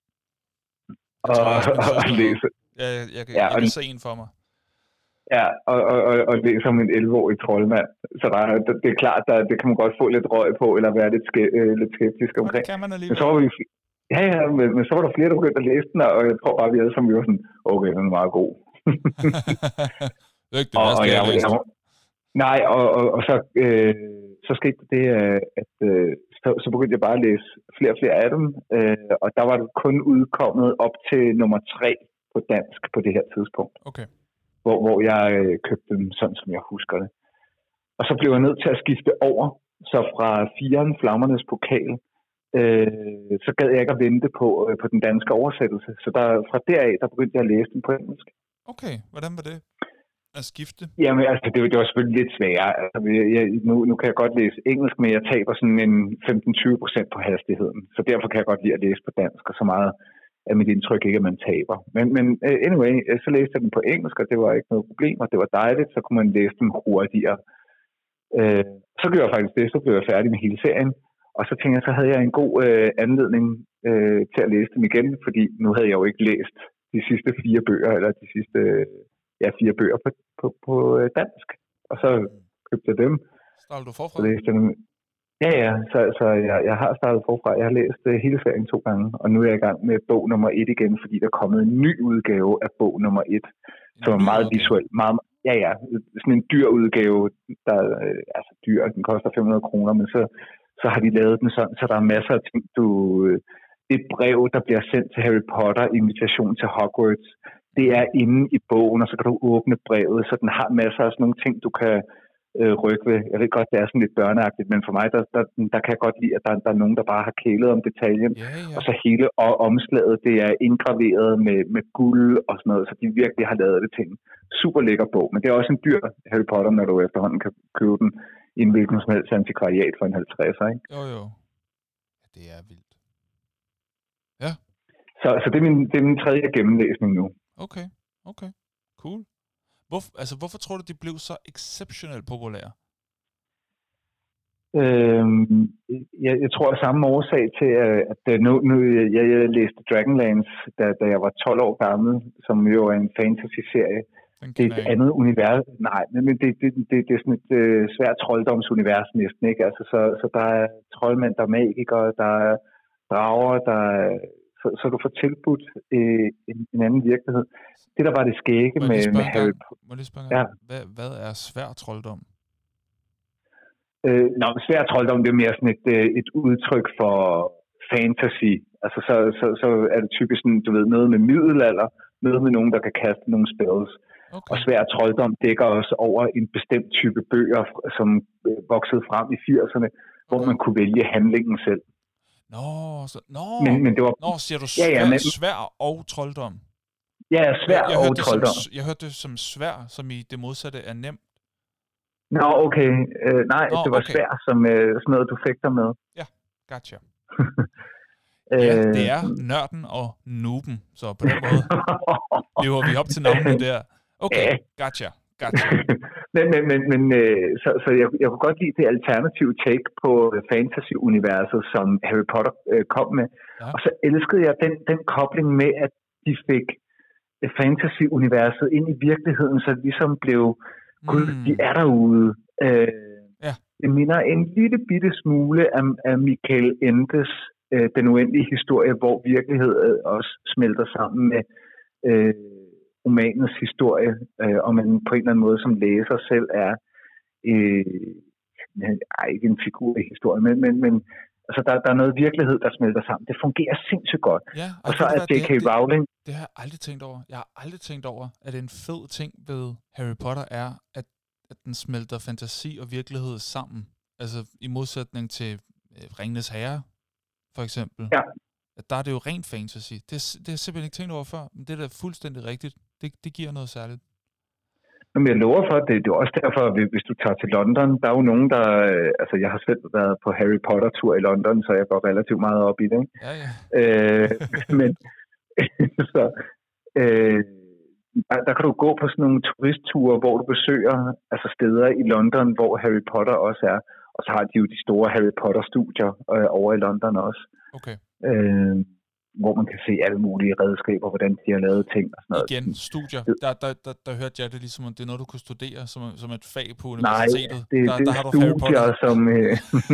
og, og, og læse. Ja, jeg, jeg, ja, jeg kan se en for mig. Ja, og, og, og, og det er som en elleve-årig troldmand. Så der, det, det er klart, at det kan man godt få lidt røg på, eller være lidt, ske, øh, lidt skeptisk omkring. Det kan man alligevel. Men så var vi, ja, ja, men, men så var der flere, der begyndte at læse den, og jeg tror bare, vi alle sammen var sådan, okay, den er meget god. Det er ikke det værste, jeg har læst. Nej, og, og, og så, øh, så skete det, at øh, så, så begyndte jeg bare at læse flere og flere af dem, øh, og der var det kun udkommet op til nummer tre på dansk på det her tidspunkt. Okay. Hvor, hvor jeg øh, købte dem sådan, som jeg husker det. Og så blev jeg nødt til at skifte over, så fra firen, Flammernes Pokal, øh, så gad jeg ikke at vente på, øh, på den danske oversættelse. Så der, fra deraf, der begyndte jeg at læse den på engelsk. Okay, hvordan var det at skifte? Jamen, altså, det, det var selvfølgelig lidt sværere. Altså, jeg, nu, nu kan jeg godt læse engelsk, men jeg taber sådan en femten til tyve procent på hastigheden. Så derfor kan jeg godt lide at læse på dansk, og så meget af mit indtryk ikke, at man taber. Men, men anyway, så læste jeg den på engelsk, og det var ikke noget problem, og det var dejligt, så kunne man læse den hurtigere. Øh, så gjorde jeg faktisk det, så blev jeg færdig med hele serien, og så tænkte jeg, så havde jeg en god øh, anledning øh, til at læse dem igen, fordi nu havde jeg jo ikke læst de sidste fire bøger, eller de sidste ja, fire bøger på, på, på dansk, og så købte jeg dem. Startede du forfra? Så læste jeg dem. Ja, ja, så, så jeg, jeg har startet forfra. Jeg har læst uh, hele serien to gange, og nu er jeg i gang med bog nummer et igen, fordi der er kommet en ny udgave af bog nummer et, som er meget visuel. Meget, ja, ja, sådan en dyr udgave, der øh, altså dyr, den koster fem hundrede kroner, men så, så har de lavet den sådan, så der er masser af ting, du... Øh, et brev, der bliver sendt til Harry Potter, invitation til Hogwarts, det er inde i bogen, og så kan du åbne brevet, så den har masser af sådan nogle ting, du kan øh, rykke ved. Jeg ved godt, det er sådan lidt børneagtigt, men for mig, der, der, der kan jeg godt lide, at der, der er nogen, der bare har kælet om detaljen. Ja, ja. Og så hele og omslaget, det er indgraveret med, med guld og sådan noget, så de virkelig har lavet det til en super lækker bog. Men det er også en dyr Harry Potter, når du efterhånden kan købe den i en hvilken som helst antikvariat for en halvtredser, ikke? Jo, jo. Det er vildt. Ja. Så, så det, er min, det er min tredje gennemlæsning nu. Okay, okay. Cool. Hvor, altså, hvorfor tror du, de blev så exceptionelt populære? Øhm, jeg, jeg tror, at samme årsag til, at nu, nu jeg, jeg læste Dragonlance, da, da jeg var tolv år gammel, som jo er en fantasy-serie. det er et andet univers. Nej, men det, det, det, det er sådan et øh, svært trolddomsunivers næsten, ikke? Altså, så, så der er troldmænd, der er magikere, der er drager, der er, så, så du får tilbudt øh, en, en anden virkelighed. Det, der var det skægge med, med Harry Potter. Må jeg lige spørge ja. hvad, hvad er svær trolddom? Øh, nå, svær trolddom, det er mere sådan et, et udtryk for fantasy. Altså, så, så, så er det typisk sådan, du ved, noget med middelalder, noget med nogen, der kan kaste nogle spells. Okay. Og svær trolddom dækker også over en bestemt type bøger, som voksede frem i firserne, okay. hvor man kunne vælge handlingen selv. Nå, så, nå, men, men det var, nå siger du svær, ja, ja, men, svær og trolddom? Ja, svær jeg, jeg og trolddom. Som, jeg hørte det som svær, som i det modsatte er nem. Nå, okay. Uh, nej, Nå, det var okay. svær, som uh, sådan noget, du fægter med. Ja, gotcha. Ja, det er nørden og nooben, så på den måde lever vi op til navnene der. Okay, gotcha, gotcha. men men, men, men så, så jeg, jeg kunne godt lide det alternative take på fantasy-universet, som Harry Potter øh, kom med. Ja. Og så elskede jeg den, den kobling med, at de fik fantasy-universet ind i virkeligheden, så det ligesom blev, gud, mm. de er derude. Øh, ja. Det minder en lille bitte smule af, af Michael Endes Den uendelige historie, hvor virkeligheden også smelter sammen med øh, romanens historie, øh, og man på en eller anden måde som læser selv er øh, ej, ikke en figur i historien, men, men, men altså, der, der er noget virkelighed, der smelter sammen. Det fungerer sindssygt godt. Ja, og, og så er J K Rowling... Det, det har jeg aldrig tænkt over. Jeg har aldrig tænkt over, at en fed ting ved Harry Potter er, at, at den smelter fantasi og virkelighed sammen. Altså i modsætning til øh, Ringenes Herre, for eksempel. Ja. At der er det jo rent fantasy. Det, det har jeg simpelthen ikke tænkt over før, men det er da fuldstændig rigtigt. Det, det giver noget særligt. Men jeg lover for, det, det er også derfor, hvis du tager til London, der er jo nogen, der... Altså, jeg har selv været på Harry Potter-tur i London, så jeg går relativt meget op i det, ikke? Ja, ja. Øh, men så... Øh, der, der kan du gå på sådan nogle turistture, hvor du besøger altså steder i London, hvor Harry Potter også er. Og så har de jo de store Harry Potter-studier øh, over i London også. Okay. Øh, hvor man kan se alle mulige redskaber, hvordan de har lavet ting og sådan noget. Igen, studier. Der, der, der, der hørte jeg det ligesom, at det er noget, du kunne studere som, som et fag på universitetet. Nej, det, der, det der er har du studier, som, øh,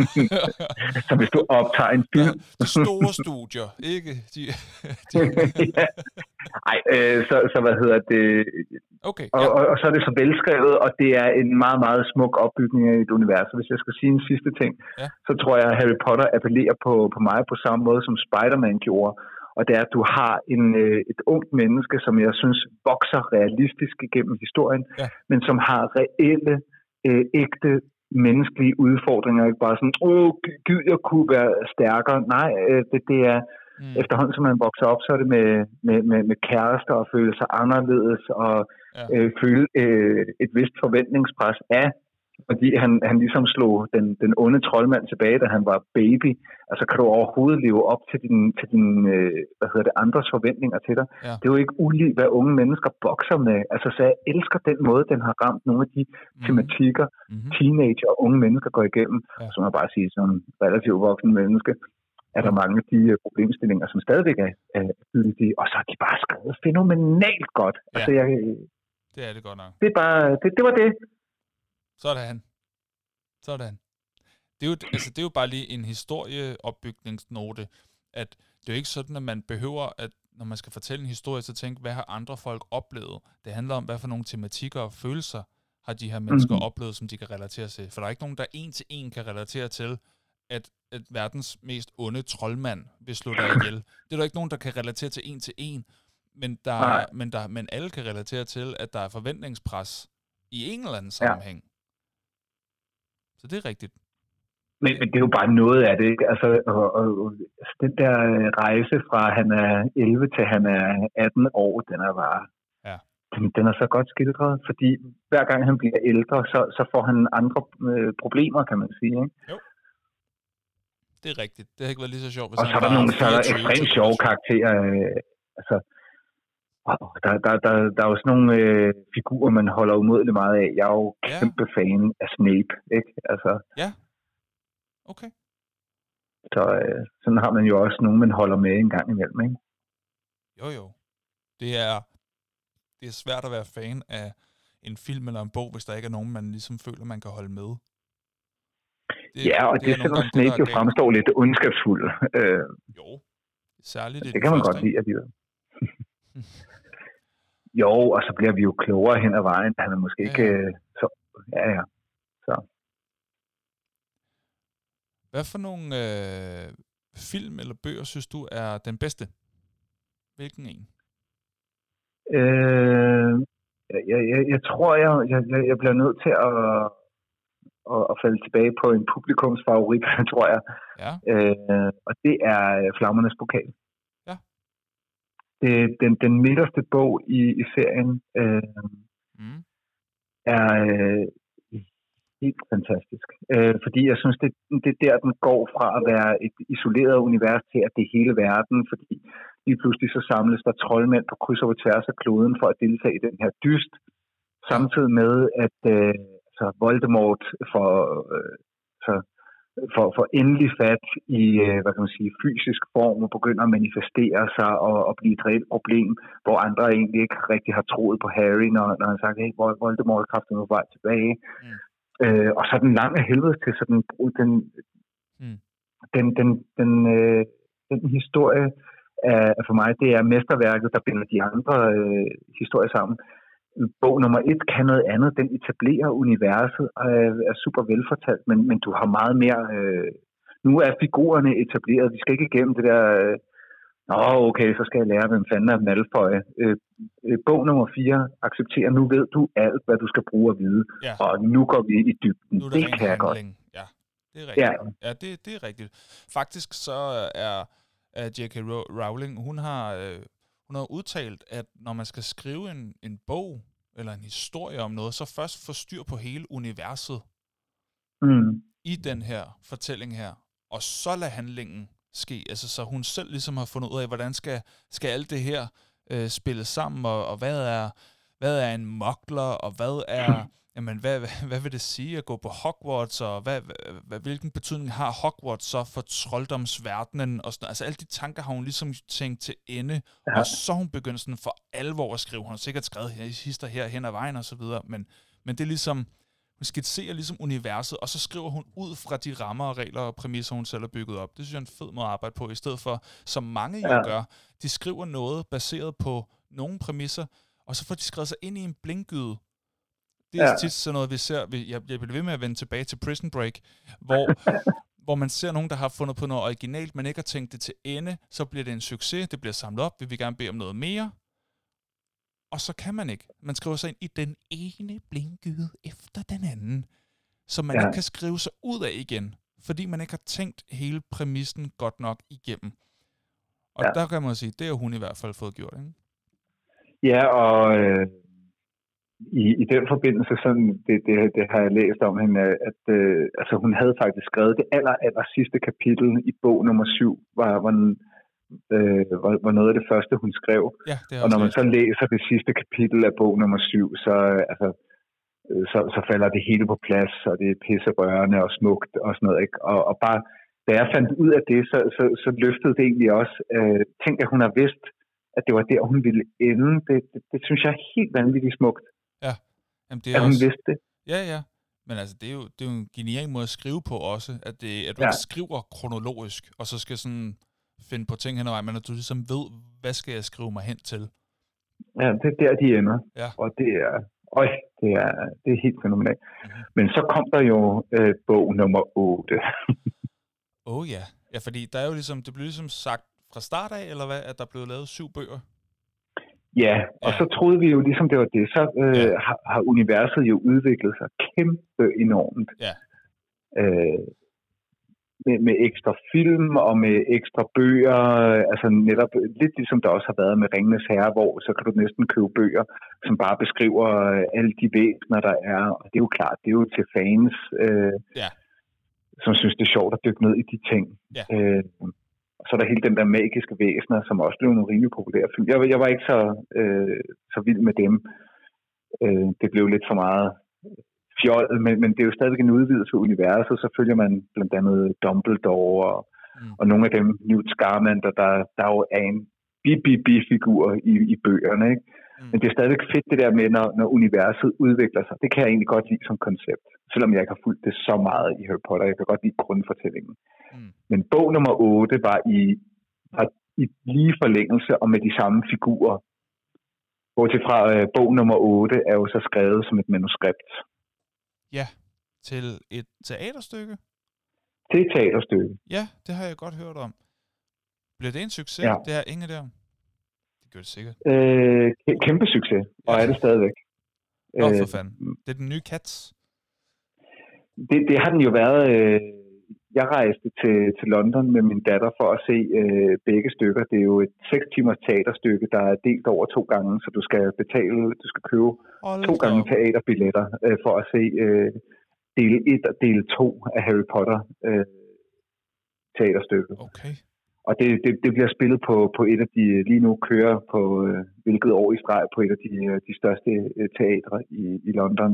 som hvis du optager en film. Ja, de store studier, ikke? De, de... Nej, øh, så, så hvad hedder det... Okay, og, ja. og, og så er det så velskrevet, og det er en meget, meget smuk opbygning af et univers. Hvis jeg skal sige en sidste ting, ja. så tror jeg, at Harry Potter appellerer på, på mig på samme måde, som Spider-Man gjorde. Og det er, at du har en, et ungt menneske, som jeg synes vokser realistisk igennem historien, ja. men som har reelle, øh, ægte, menneskelige udfordringer. Ikke bare sådan, åh, gud, jeg kunne være stærkere. Nej, øh, det, det er mm. efterhånden, som man vokser op, så er det med, med, med, med kærester og føle sig anderledes og ja. øh, føle øh, et vist forventningspres af, fordi han, han ligesom slog den, den onde troldmand tilbage, da han var baby. Altså, kan du overhovedet leve op til din, til din øh, hvad hedder det, andres forventninger til dig? Ja. Det er jo ikke ulig, hvad unge mennesker bokser med. Altså, så jeg elsker den måde, den har ramt nogle af de mm-hmm. tematikker, mm-hmm. teenager og unge mennesker går igennem. Ja. Som jeg bare siger, som relativt voksen menneske, er der mange af de uh, problemstillinger, som stadigvæk er gyldige. Uh, og så er de bare skrevet fænomenalt godt. Ja. Altså, jeg, det er det godt nok. Det, er bare, det, det var det. Sådan. Sådan. Det er, jo, altså, det er jo bare lige en historieopbygningsnote, at det er jo ikke sådan, at man behøver, at når man skal fortælle en historie, så tænke, hvad har andre folk oplevet? Det handler om, hvad for nogle tematikker og følelser har de her mennesker mm-hmm. oplevet, som de kan relatere til. For der er ikke nogen, der en til en kan relatere til, at, at verdens mest onde troldmand vil slå dig ihjel. Det er der ikke nogen, der kan relatere til en til en, men, der, men, der, men alle kan relatere til, at der er forventningspres i en eller anden sammenhæng. Ja. Så det er rigtigt. Men, men det er jo bare noget af det, ikke? Altså, og, og, den der rejse fra han er elleve til han er atten år, den er bare, ja. den, den er så godt skildret, fordi hver gang han bliver ældre, så, så får han andre øh, problemer, kan man sige, ikke? Jo. Det er rigtigt. Det har ikke været lige så sjovt, hvis og så er der nogle så er der ekstremt sjove karakterer, øh, altså, Der, der, der, der er jo sådan nogle øh, figurer, man holder umådeligt meget af. Jeg er jo ja. kæmpe fan af Snape, ikke? Altså, ja, okay. Så øh, sådan har man jo også nogen, man holder med en gang imellem, ikke? Jo, jo. Det er, det det er svært at være fan af en film eller en bog, hvis der ikke er nogen, man ligesom føler, man kan holde med. Det, ja, og det, det selvom Snape jo fremstår lidt ondskabsfuld. Øh, jo, særligt i det kan man første, godt lide, at de Jo, og så bliver vi jo klogere hen ad vejen. Han er måske ja, ikke... Ja. Så, ja, ja. Så. Hvad for nogle øh, film eller bøger, synes du, er den bedste? Hvilken en? Øh, jeg, jeg, jeg tror, jeg, jeg, jeg bliver nødt til at, at, at falde tilbage på en publikumsfavorit, tror jeg. Ja. Øh, og det er Flammernes Pokal. Ja. Det, den, den midterste bog i, i serien øh, mm. er øh, helt fantastisk. Øh, fordi jeg synes, det, det er der, den går fra at være et isoleret univers til, at det er hele verden. Fordi lige pludselig så samles der troldmænd på kryds og tværs af kloden for at deltage i den her dyst. Samtidig med, at øh, så Voldemort får, øh, så, for, for endelig fat i øh, hvad kan man sige, fysisk form og begynder at manifestere sig og, og blive et reelt problem, hvor andre egentlig ikke rigtig har troet på Harry, når, når han sagt, hey, Voldemort er kraftigt på vej tilbage. Mm. Øh, og så den lange helvede til, så den, den, mm. den, den, den, øh, den historie er for mig, det er mesterværket, der binder de andre øh, historier sammen. Bog nummer et kan noget andet. Den etablerer universet og er, er super velfortalt, men, men du har meget mere... Øh, nu er figurerne etableret. Vi skal ikke igennem det der... Øh, Nå, okay, så skal jeg lære, hvem fanden er Malfoy. Øh, øh, bog nummer fire accepterer, nu ved du alt, hvad du skal bruge at vide. Ja. Og nu går vi i dybden. Nu er det, det kan jeg godt. Ja, det er rigtigt. Ja, ja det, det er rigtigt. Faktisk så er, er J K Rowling, hun har... Øh, Hun har udtalt, at når man skal skrive en, en bog eller en historie om noget, så først få styr på hele universet mm. i den her fortælling her, og så lade handlingen ske. Altså, så hun selv ligesom har fundet ud af, hvordan skal, skal alt det her øh, spille sammen, og, og hvad er hvad er en mugler, og hvad er... Jamen, hvad, hvad, hvad vil det sige at gå på Hogwarts, og hvad, hvad, hvilken betydning har Hogwarts så for trolddomsverdenen? Og sådan, altså, alle de tanker har hun ligesom tænkt til ende, ja. Og så hun begyndt sådan for alvor at skrive. Hun har sikkert skrevet her, hister her hen ad vejen og så videre, men, men det er ligesom, hun skitserer ligesom universet, og så skriver hun ud fra de rammer og regler og præmisser, hun selv har bygget op. Det synes jeg er en fed måde at arbejde på, i stedet for, som mange ja. jo gør, de skriver noget baseret på nogle præmisser, og så får de skrevet sig ind i en blinkgyde. Det er ja. tit sådan noget, vi ser, jeg, jeg bliver ved med at vende tilbage til Prison Break, hvor, hvor man ser nogen, der har fundet på noget originalt, men ikke har tænkt det til ende, så bliver det en succes, det bliver samlet op, vi vil gerne bede om noget mere, og så kan man ikke. Man skriver sig ind i den ene blinkgyde efter den anden, så man ja. ikke kan skrive sig ud af igen, fordi man ikke har tænkt hele præmissen godt nok igennem. Og ja. der kan man sige, det har hun i hvert fald fået gjort, ikke? Ja, og... Øh... I, I den forbindelse, sådan, det, det, det har jeg læst om hende, at øh, altså, hun havde faktisk skrevet det aller, aller sidste kapitel i bog nummer syv, var, var, øh, var, var noget af det første, hun skrev. Ja, det og når man så læser det sidste kapitel af bog nummer syv, så, altså, så, så falder det hele på plads, og det er pisserørende og smukt og sådan noget. Ikke? Og, og bare, da jeg fandt ud af det, så, så, så løftede det egentlig også. Øh, tænk, at hun har vidst, at det var der, hun ville ende. Det, det, det synes jeg er helt vanvittigt smukt. Ja, jamen det er at også... hun vidste det. Ja, ja. Men altså, det er jo, det er jo en genial måde at skrive på også, at, det, at du ja. ikke skriver kronologisk, og så skal sådan finde på ting hen ad vejen, men at du ligesom ved, hvad skal jeg skrive mig hen til? Ja, det er der, de ender. Ja. Og det er, øj, det er, det er helt fænomenalt. Mm-hmm. Men så kom der jo øh, bog nummer otte. Åh oh, ja. Ja, fordi der er jo ligesom, det blev ligesom sagt fra start af, eller hvad, at der blev lavet syv bøger? Ja, og ja. så troede vi jo ligesom det var det, så øh, ja. har, har universet jo udviklet sig kæmpe enormt. Ja. Øh, med, med ekstra film og med ekstra bøger, altså netop lidt ligesom der også har været med Ringenes Herre, hvor så kan du næsten købe bøger, som bare beskriver alle de væsener, der er. Og det er jo klart, det er jo til fans, øh, ja. som synes, det er sjovt at dykke ned i de ting. Ja. Øh, så er der hele den der magiske væsener, som også blev nogle rimelig populære film. Jeg, jeg var ikke så, øh, så vild med dem. Øh, det blev lidt for meget fjol, men, men det er jo stadigvæk en udvidelse af universet. Så følger man blandt andet Dumbledore og, mm. og nogle af dem, Newt Scamander, der, der jo er en bi-bi-bi-figur i, i bøgerne. Ikke? Mm. Men det er stadigvæk fedt det der med, når, når universet udvikler sig. Det kan jeg egentlig godt lide som koncept. Selvom jeg ikke har fulgt det så meget i Harry Potter. Jeg kan godt lide grundfortællingen. Mm. Men bog nummer otte var i, var i lige forlængelse og med de samme figurer. Bortset fra øh, bog nummer otte er jo så skrevet som et manuskript. Ja, til et teaterstykke? Til et teaterstykke. Ja, det har jeg godt hørt om. Bliver det en succes? Ja. Det har ingen der. Det gør det sikkert. Øh, kæmpe succes, og ja. Er det stadigvæk. Nå, for fanden. Det er den nye Cats. Det, det har den jo været. Øh, jeg rejste til, til London med min datter for at se øh, begge stykker. Det er jo et seks timers teaterstykke, der er delt over to gange, så du skal betale, du skal købe Hold to gange teaterbilletter øh, for at se øh, del et og del to af Harry Potter øh, teaterstykket. Okay. Og det, det, det bliver spillet på, på et af de, lige nu kører på øh, hvilket år i streg, på et af de, de største øh, teatre i, i London.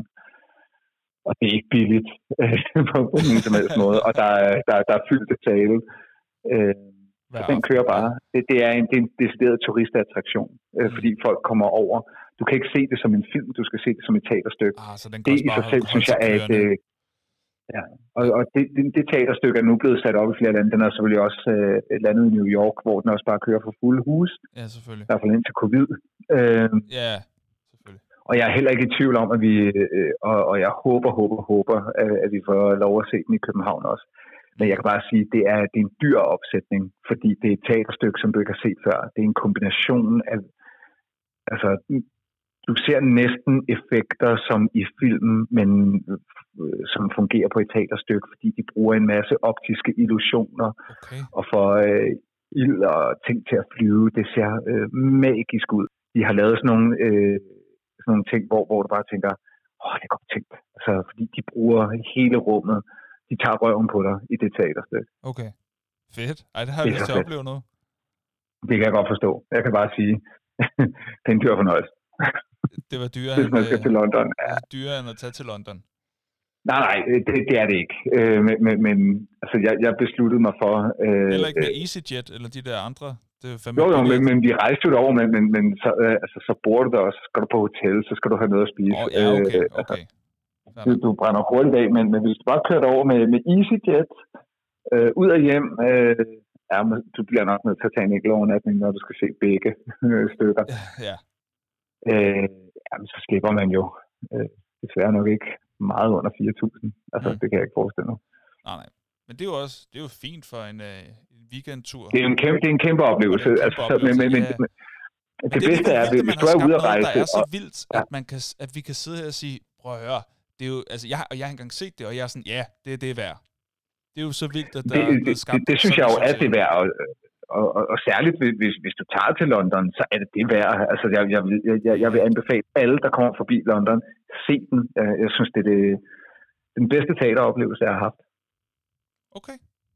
Og det er ikke billigt øh, på ingen som helst måde. Og der er, der, der er fyldt tale. Øh, så den kører bare. Det, det, er en, det er en decideret turistattraktion, øh, mm. fordi folk kommer over. Du kan ikke se det som en film, du skal se det som et teaterstykke. Ah, så den det i sig selv, synes jeg, er et... Øh, ja, og, og det, det, det teaterstykke er nu blevet sat op i flere lande. Den er selvfølgelig også øh, et landet i New York, hvor den også bare kører for fulde hus. Ja, selvfølgelig. I hvert fald indtil covid. Øh, ja, Og jeg er heller ikke i tvivl om, at vi, øh, og, og jeg håber, håber, håber, at, at vi får lov at se den i København også. Men jeg kan bare sige, at det er, det er en dyr opsætning, fordi det er et teaterstykke, som du ikke har set før. Det er en kombination af, altså, du ser næsten effekter som i filmen, men øh, som fungerer på et teaterstykke, fordi de bruger en masse optiske illusioner okay. og får øh, ild og ting til at flyve. Det ser øh, magisk ud. De har lavet sådan nogle... Øh, sådan nogle ting, hvor, hvor du bare tænker, åh, det er godt tænkt. Altså, fordi de bruger hele rummet. De tager røven på dig i det teaterstykke. Okay. Fedt. Ej, det har jeg lyst til at opleve nu. Det kan jeg godt forstå. Jeg kan bare sige, det er en dyr fornøjelse. Det var dyrere, Hvis man skal end, til London. Ja. dyrere end at tage til London. Nej, nej, det, det er det ikke. Øh, men men, men altså, jeg, jeg besluttede mig for... Øh, Heller ikke med EasyJet eller de der andre... Jo, jo, men, men vi rejste jo derover, men, men, men så, øh, altså, så bor du der, og så skal du på hotel, så skal du have noget at spise. Oh, ja, okay, øh, okay. Altså, du, du brænder hurtigt af, men, men hvis du bare kører derover med, med EasyJet, øh, ud og hjem, øh, ja, du bliver nok nødt til at tage en enkelt overnatning, når du skal se begge øh, stykker. Ja. Øh, jamen, så slipper man jo øh, desværre nok ikke meget under fire tusind. Altså, mm. det kan jeg ikke forestille mig. Nej, nej. Men det er jo også det er jo fint for en, øh, en weekendtur. Det er en kæmpe, det er en kæmpe oplevelse. Ja, det, altså, oplevelse. Men, men, ja. men, men det, det bedste er, vildt, hvis du er ude at rejse... Der er så vildt, ja. at, man kan, at vi kan sidde her og sige, prøv at høre, det er jo, altså, jeg, og jeg har engang set det, og jeg er sådan, ja, det, det er værd. Det er jo så vildt, at der det, er blevet skabt... Det, det, det synes jeg jo, at det er værd, og, og, og, og særligt, hvis, hvis du tager til London, så er det det værd. Altså, jeg, jeg, jeg, jeg vil anbefale alle, der kommer forbi London, se den. Jeg, jeg synes, det er det, den bedste teateroplevelse, jeg har haft. Okay.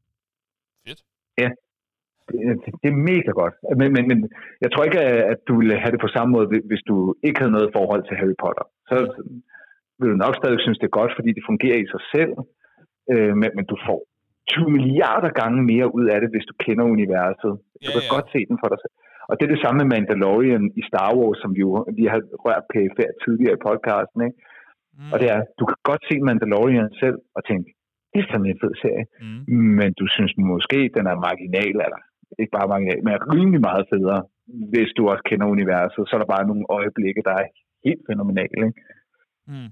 Fedt. Ja. Det, det er mega godt. Men, men, men jeg tror ikke, at du ville have det på samme måde, hvis du ikke havde noget forhold til Harry Potter. Så vil du nok stadig synes, det er godt, fordi det fungerer i sig selv. Øh, men, men du får tyve milliarder gange mere ud af det, hvis du kender universet. Du ja, kan ja. godt se den for dig selv. Og det er det samme med Mandalorian i Star Wars, som vi jo vi har rørt på tidligere i podcasten. Ikke? Mm. Og det er, du kan godt se Mandalorian selv og tænke, det er fandme en fed serie. Mm. Men du synes måske, den er marginal, eller ikke bare marginal, men er rimelig meget federe, hvis du også kender universet. Så er der bare nogle øjeblikke, der er helt fænomenale. Ikke? Mm.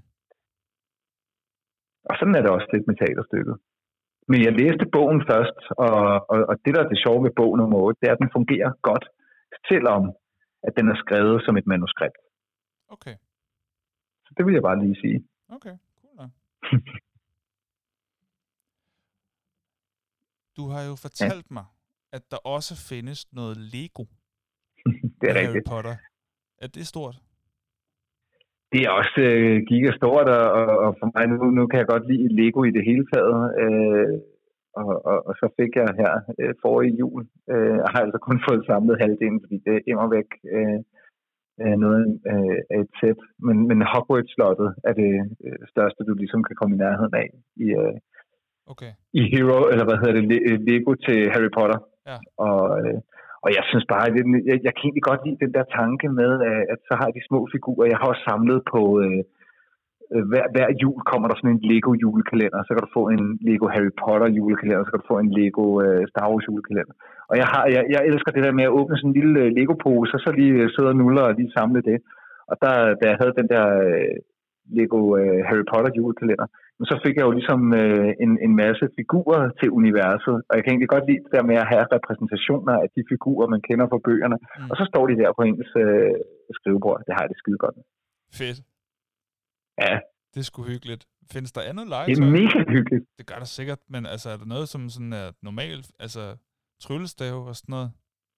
Og sådan er det også lidt med teaterstykket. Men jeg læste bogen først, og, og, og det, der er det sjove ved bog nummer otte, det er, at den fungerer godt, selvom at den er skrevet som et manuskript. Okay. Så det vil jeg bare lige sige. Okay, cool da. Du har jo fortalt ja. mig, at der også findes noget Lego. Det er Harry rigtigt. Potter. Er det stort? Det er også øh, gigastort, og, og for mig nu, nu kan jeg godt lide Lego i det hele taget. Øh, og, og, og så fik jeg her øh, forrige jul. Øh, jeg har altså kun fået samlet halvdelen, fordi det er immer væk øh, noget øh, af et sæt. Men, men Hogwarts-slottet er det øh, største, du ligesom kan komme i nærheden af i, øh, okay. i Hero, eller hvad hedder det, Lego til Harry Potter. Ja. Og, øh, Og jeg synes bare, at jeg, jeg kan egentlig godt lide den der tanke med, at så har de små figurer. Jeg har også samlet på, øh, hver, hver jul kommer der sådan en Lego julekalender, så kan du få en Lego Harry Potter julekalender, så kan du få en Lego øh, Star Wars julekalender. Og jeg, har, jeg, jeg elsker det der med at åbne sådan en lille Lego-pose, og så lige sidde og nuller og lige samle det. Og der, da jeg havde den der øh, Lego øh, Harry Potter julekalender, så fik jeg jo ligesom øh, en, en masse figurer til universet, og jeg kan egentlig godt lide det der med at have repræsentationer af de figurer, man kender fra bøgerne, mm. og så står de der på ens øh, skrivebord. Det har jeg det skide godt med. Fedt. Ja. Det er sgu hyggeligt. Findes der andet legetøj? Det er mega hyggeligt. Det gør der sikkert, men altså, er der noget, som sådan er normalt, altså tryllestave og sådan noget?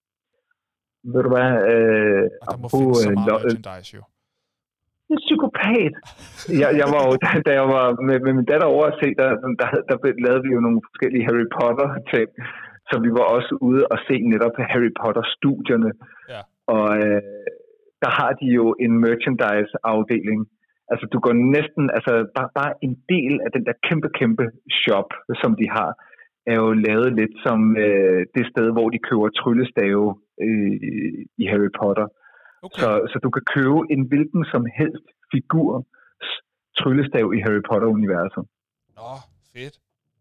Ved du hvad? Øh, og der må findes så meget øh, merchandise jo. En psykopat. jeg, jeg var jo, da, da jeg var med, med min datter over at se, der, der, der, der lavede vi jo nogle forskellige Harry Potter-ting, så vi var også ude og se netop Harry Potter-studierne. Ja. Og øh, der har de jo en merchandise-afdeling. Altså du går næsten, altså bare, bare en del af den der kæmpe, kæmpe shop, som de har, er jo lavet lidt som øh, det sted, hvor de køber tryllestave øh, i Harry Potter. Okay. Så, så du kan købe en hvilken som helst figur tryllestav i Harry Potter-universet. Nå, fedt.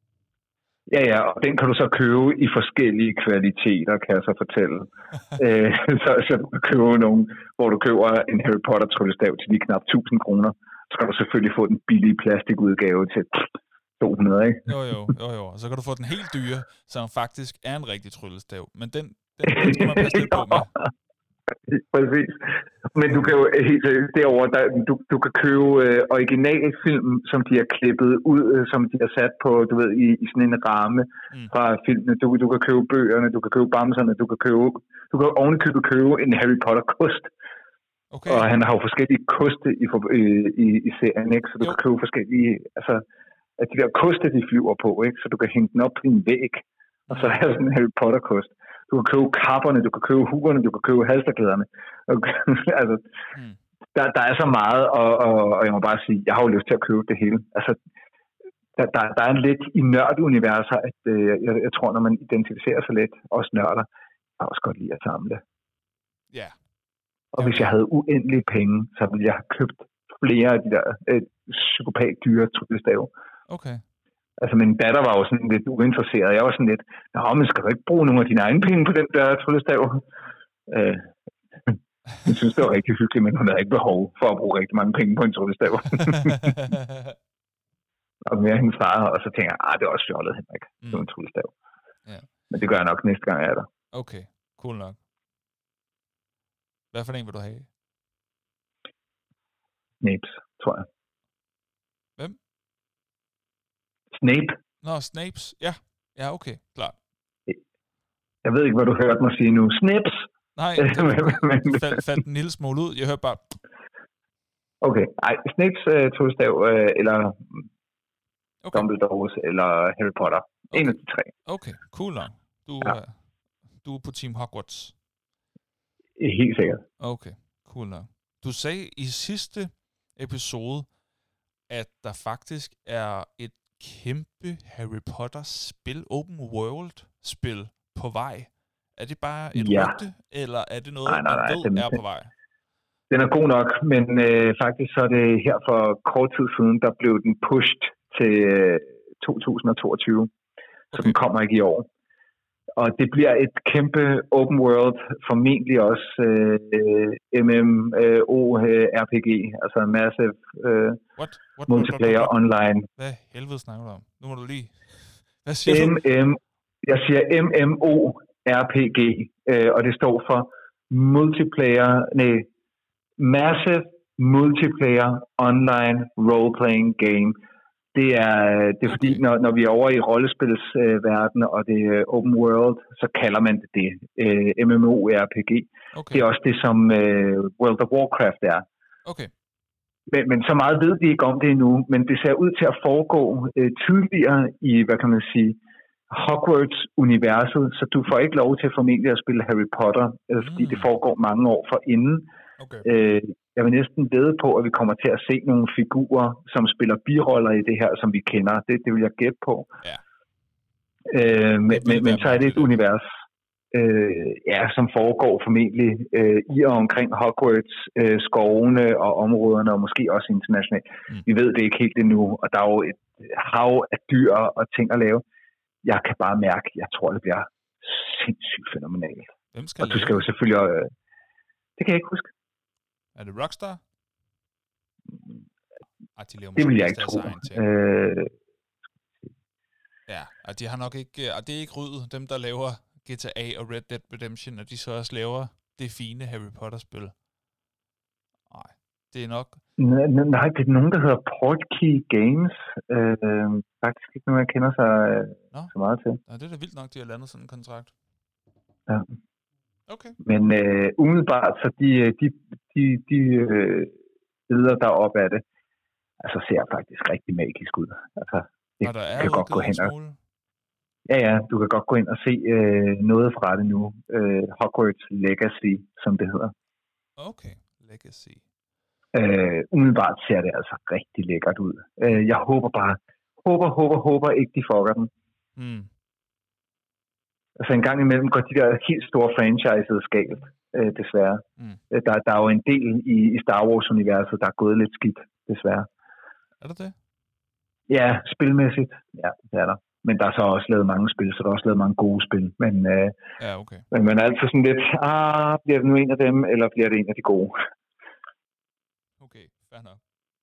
Ja, ja, og den kan du så købe i forskellige kvaliteter, kan jeg så fortælle. Æ, så, så du kan købe nogen, hvor du køber en Harry Potter-tryllestav til lige knap tusind kroner. Så kan du selvfølgelig få den billige plastikudgave til to hundrede, ikke? Jo, jo, jo, jo. Og så kan du få den helt dyre, som faktisk er en rigtig tryllestav. Men den, den, den skal man passe lidt på med. Præcis. Men du kan jo helt derovre, der, du, du kan købe øh, originalfilm, som de har klippet ud, øh, som de har sat på, du ved, i, i sådan en ramme mm. fra filmene. Du, du kan købe bøgerne, du kan købe bamserne, du kan købe, du kan ovenikøbet købe en Harry Potter-kost. Okay. Og han har jo forskellige koste i, i, i, i serien, ikke? Så du jo. kan købe forskellige, altså, at de der koste, de flyver på, ikke? Så du kan hænge den op på din væg, og så er der sådan en Harry Potter-kost. Du kan købe kapperne, du kan købe huerne, du kan købe halsterklæderne. altså, mm. der, der er så meget, og, og, og jeg må bare sige, jeg har jo lyst til at købe det hele. Altså, der, der, der er en lidt i nørduniverser, at øh, jeg, jeg tror, når man identificerer sig lidt, også nørder, jeg har også godt lide at samle. Ja. Yeah. Og okay. Hvis jeg havde uendelige penge, så ville jeg have købt flere af de der øh, psykopat-dyre tryllestave. Okay. Altså, min datter var jo sådan lidt uinteresseret. Jeg var sådan lidt, nå, men skal du ikke bruge nogle af dine egne penge på den der tryllestav? Øh, jeg synes, det var rigtig hyggeligt, men hun havde ikke behov for at bruge rigtig mange penge på en tryllestav. Og mere hendes far, og så tænker jeg, ah, det er også fjollet, Henrik. Mm. Det var en tryllestav. Yeah. Men det gør jeg nok næste gang, jeg er der. Okay, cool nok. Hvad for en vil du have? Snape, tror jeg. Hvem? Snape. Nå, Snapes. Ja, ja, okay, klart. Jeg ved ikke, hvad du hørte mig sige nu. Snaps. Nej, det faldt, faldt en lille smule ud. Jeg hørte bare... Okay, ej, Snapes uh, tryllestav, uh, eller okay. Dumbledores, eller Harry Potter. Okay. En af de tre. Okay, cool nok. Du, ja. uh, du er på Team Hogwarts. Helt sikkert. Okay, cool nok. Du sagde i sidste episode, at der faktisk er et kæmpe Harry Potter-spil, open world-spil på vej. Er det bare et ja. rygte, eller er det noget, nej, nej, nej, man ved den, er på vej? Den er god nok, men øh, faktisk så er det her for kort tid siden, der blev den pushed til øh, to tusind toogtyve, okay. Så den kommer ikke i år. Og det bliver et kæmpe open world, formentlig også øh, M M O R P G, altså massive øh, what? What? multiplayer what, what, what? online. Hvad helvede snakker du om? Nu må du lige... Hvad siger M M, du? Jeg siger M M O R P G, øh, og det står for multiplayer, nej, massive multiplayer online role-playing game. Det er, det er fordi, når, når vi er over i rollespilsverden øh, og det er open world, så kalder man det det. Øh, M M O R P G. Okay. Det er også det, som øh, World of Warcraft er. Okay. Men, men så meget ved vi ikke om det endnu, men det ser ud til at foregå øh, tidligere i, hvad kan man sige, Hogwarts-universet, så du får ikke lov til formentlig at spille Harry Potter, øh, fordi mm. det foregår mange år forinden. Okay. Øh, jeg vil næsten vede på, at vi kommer til at se nogle figurer, som spiller biroller i det her, som vi kender. Det, det vil jeg gætte på. Ja. Øh, men men, men så er det et univers. øh, ja, som foregår formentlig øh, i og omkring Hogwarts, øh, skovene og områderne, og måske også internationalt. Mm. Vi ved det ikke helt endnu, og der er jo et hav af dyr og ting at lave. Jeg kan bare mærke, jeg tror, det bliver sindssygt fænomenalt. Hvem skal og du skal jo selvfølgelig... Øh, det kan jeg ikke huske. Er det Rockstar? Ah, de det vil jeg ikke tro. Øh... Ja, og de har nok ikke... Og det er ikke ryddet, dem der laver G T A og Red Dead Redemption, og de så også laver det fine Harry Potter-spil. Nej, det er nok... Nej, det er nogen, der hedder Portkey Games. Øh, faktisk ikke nogen, jeg kender sig Nå. så meget til. Ja, det er da vildt nok, de har landet sådan en kontrakt. Ja. Okay. Men øh, umiddelbart, så de, de, de, de øh, billeder deroppe af det, altså ser faktisk rigtig magisk ud. Altså, det og der er kan godt gå hen og... smule... Ja, ja, du kan godt gå ind og se øh, noget fra det nu. Øh, Hogwarts Legacy, som det hedder. Okay, Legacy. Øh, umiddelbart ser det altså rigtig lækkert ud. Øh, jeg håber bare, håber, håber, håber ikke, de fucker den. Mm. Altså en gang imellem går de der helt store franchises galt, øh, desværre. Mm. Der, der er jo en del i, i Star Wars-universet, der er gået lidt skidt, desværre. Er det det? Ja, spilmæssigt. Ja, det er der. Men der er så også lavet mange spil, så der er også lavet mange gode spil. Men, øh, ja, okay. men man er altid sådan lidt, ah, bliver det nu en af dem, eller bliver det en af de gode? Okay, fair nok.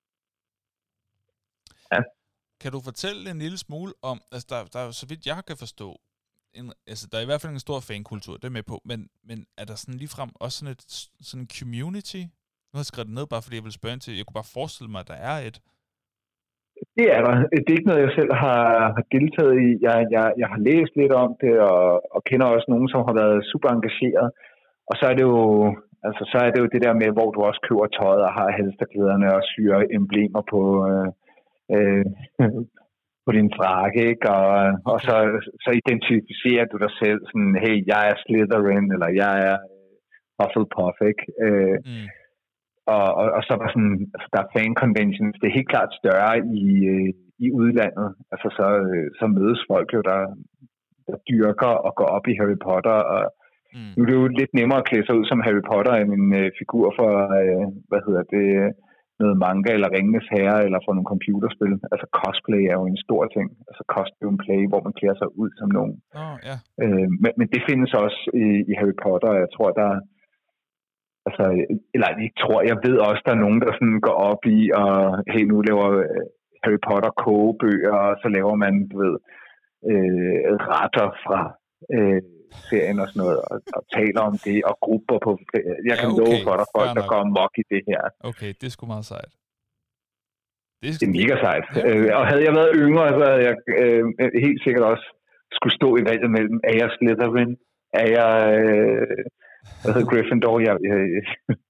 Ja. Kan du fortælle en lille smule om, altså der, der så vidt jeg kan forstå, en, altså der er i hvert fald en stor fankultur, det er med på, men, men er der sådan ligefrem også sådan et sådan community? Nu har jeg skrevet det ned, bare fordi jeg vil spørge ind til, jeg kunne bare forestille mig, at der er et. Det er der. Det er ikke noget, jeg selv har, har deltaget i. Jeg, jeg, jeg har læst lidt om det, og, og kender også nogen, som har været super engageret. Og så er det jo, altså, så er det, jo det der med, hvor du også køber tøjet og har halsterklæderne og syrer emblemer på, øh, øh, på din frakke, ikke? Og, og så, så identificerer du dig selv sådan, hey, jeg er Slytherin, eller jeg er Hufflepuff, ikke? Øh, mm. Og, og, og så var sådan, altså der er fan conventions, det er helt klart større i, øh, i udlandet. Altså så, øh, så mødes folk jo, der, der dyrker og går op i Harry Potter. Og mm. nu er det jo lidt nemmere at klæde sig ud som Harry Potter end en øh, figur for, øh, hvad hedder det, noget manga eller Ringenes Herre eller for nogle computerspil. Altså cosplay er jo en stor ting. Altså costume play, hvor man klæder sig ud som nogen. Oh, yeah. øh, men, men det findes også i, i Harry Potter, og jeg tror, der altså, eller jeg tror, jeg ved også, der er nogen, der sådan går op i, og hey, nu laver Harry Potter kogebøger, og så laver man, du ved, øh, retter fra øh, serien og sådan noget, og, og taler om det, og grupper på, jeg kan ja, okay. love for dig, folk, der går amok i det her. Okay, det er sgu meget sejt. Det er, det er mega sejt. Ja. Øh, og havde jeg været yngre, så havde jeg øh, helt sikkert også skulle stå i valget mellem, er jeg Slytherin, er jeg... Øh, Hvad hedder Gryffindor? Jeg, jeg, jeg,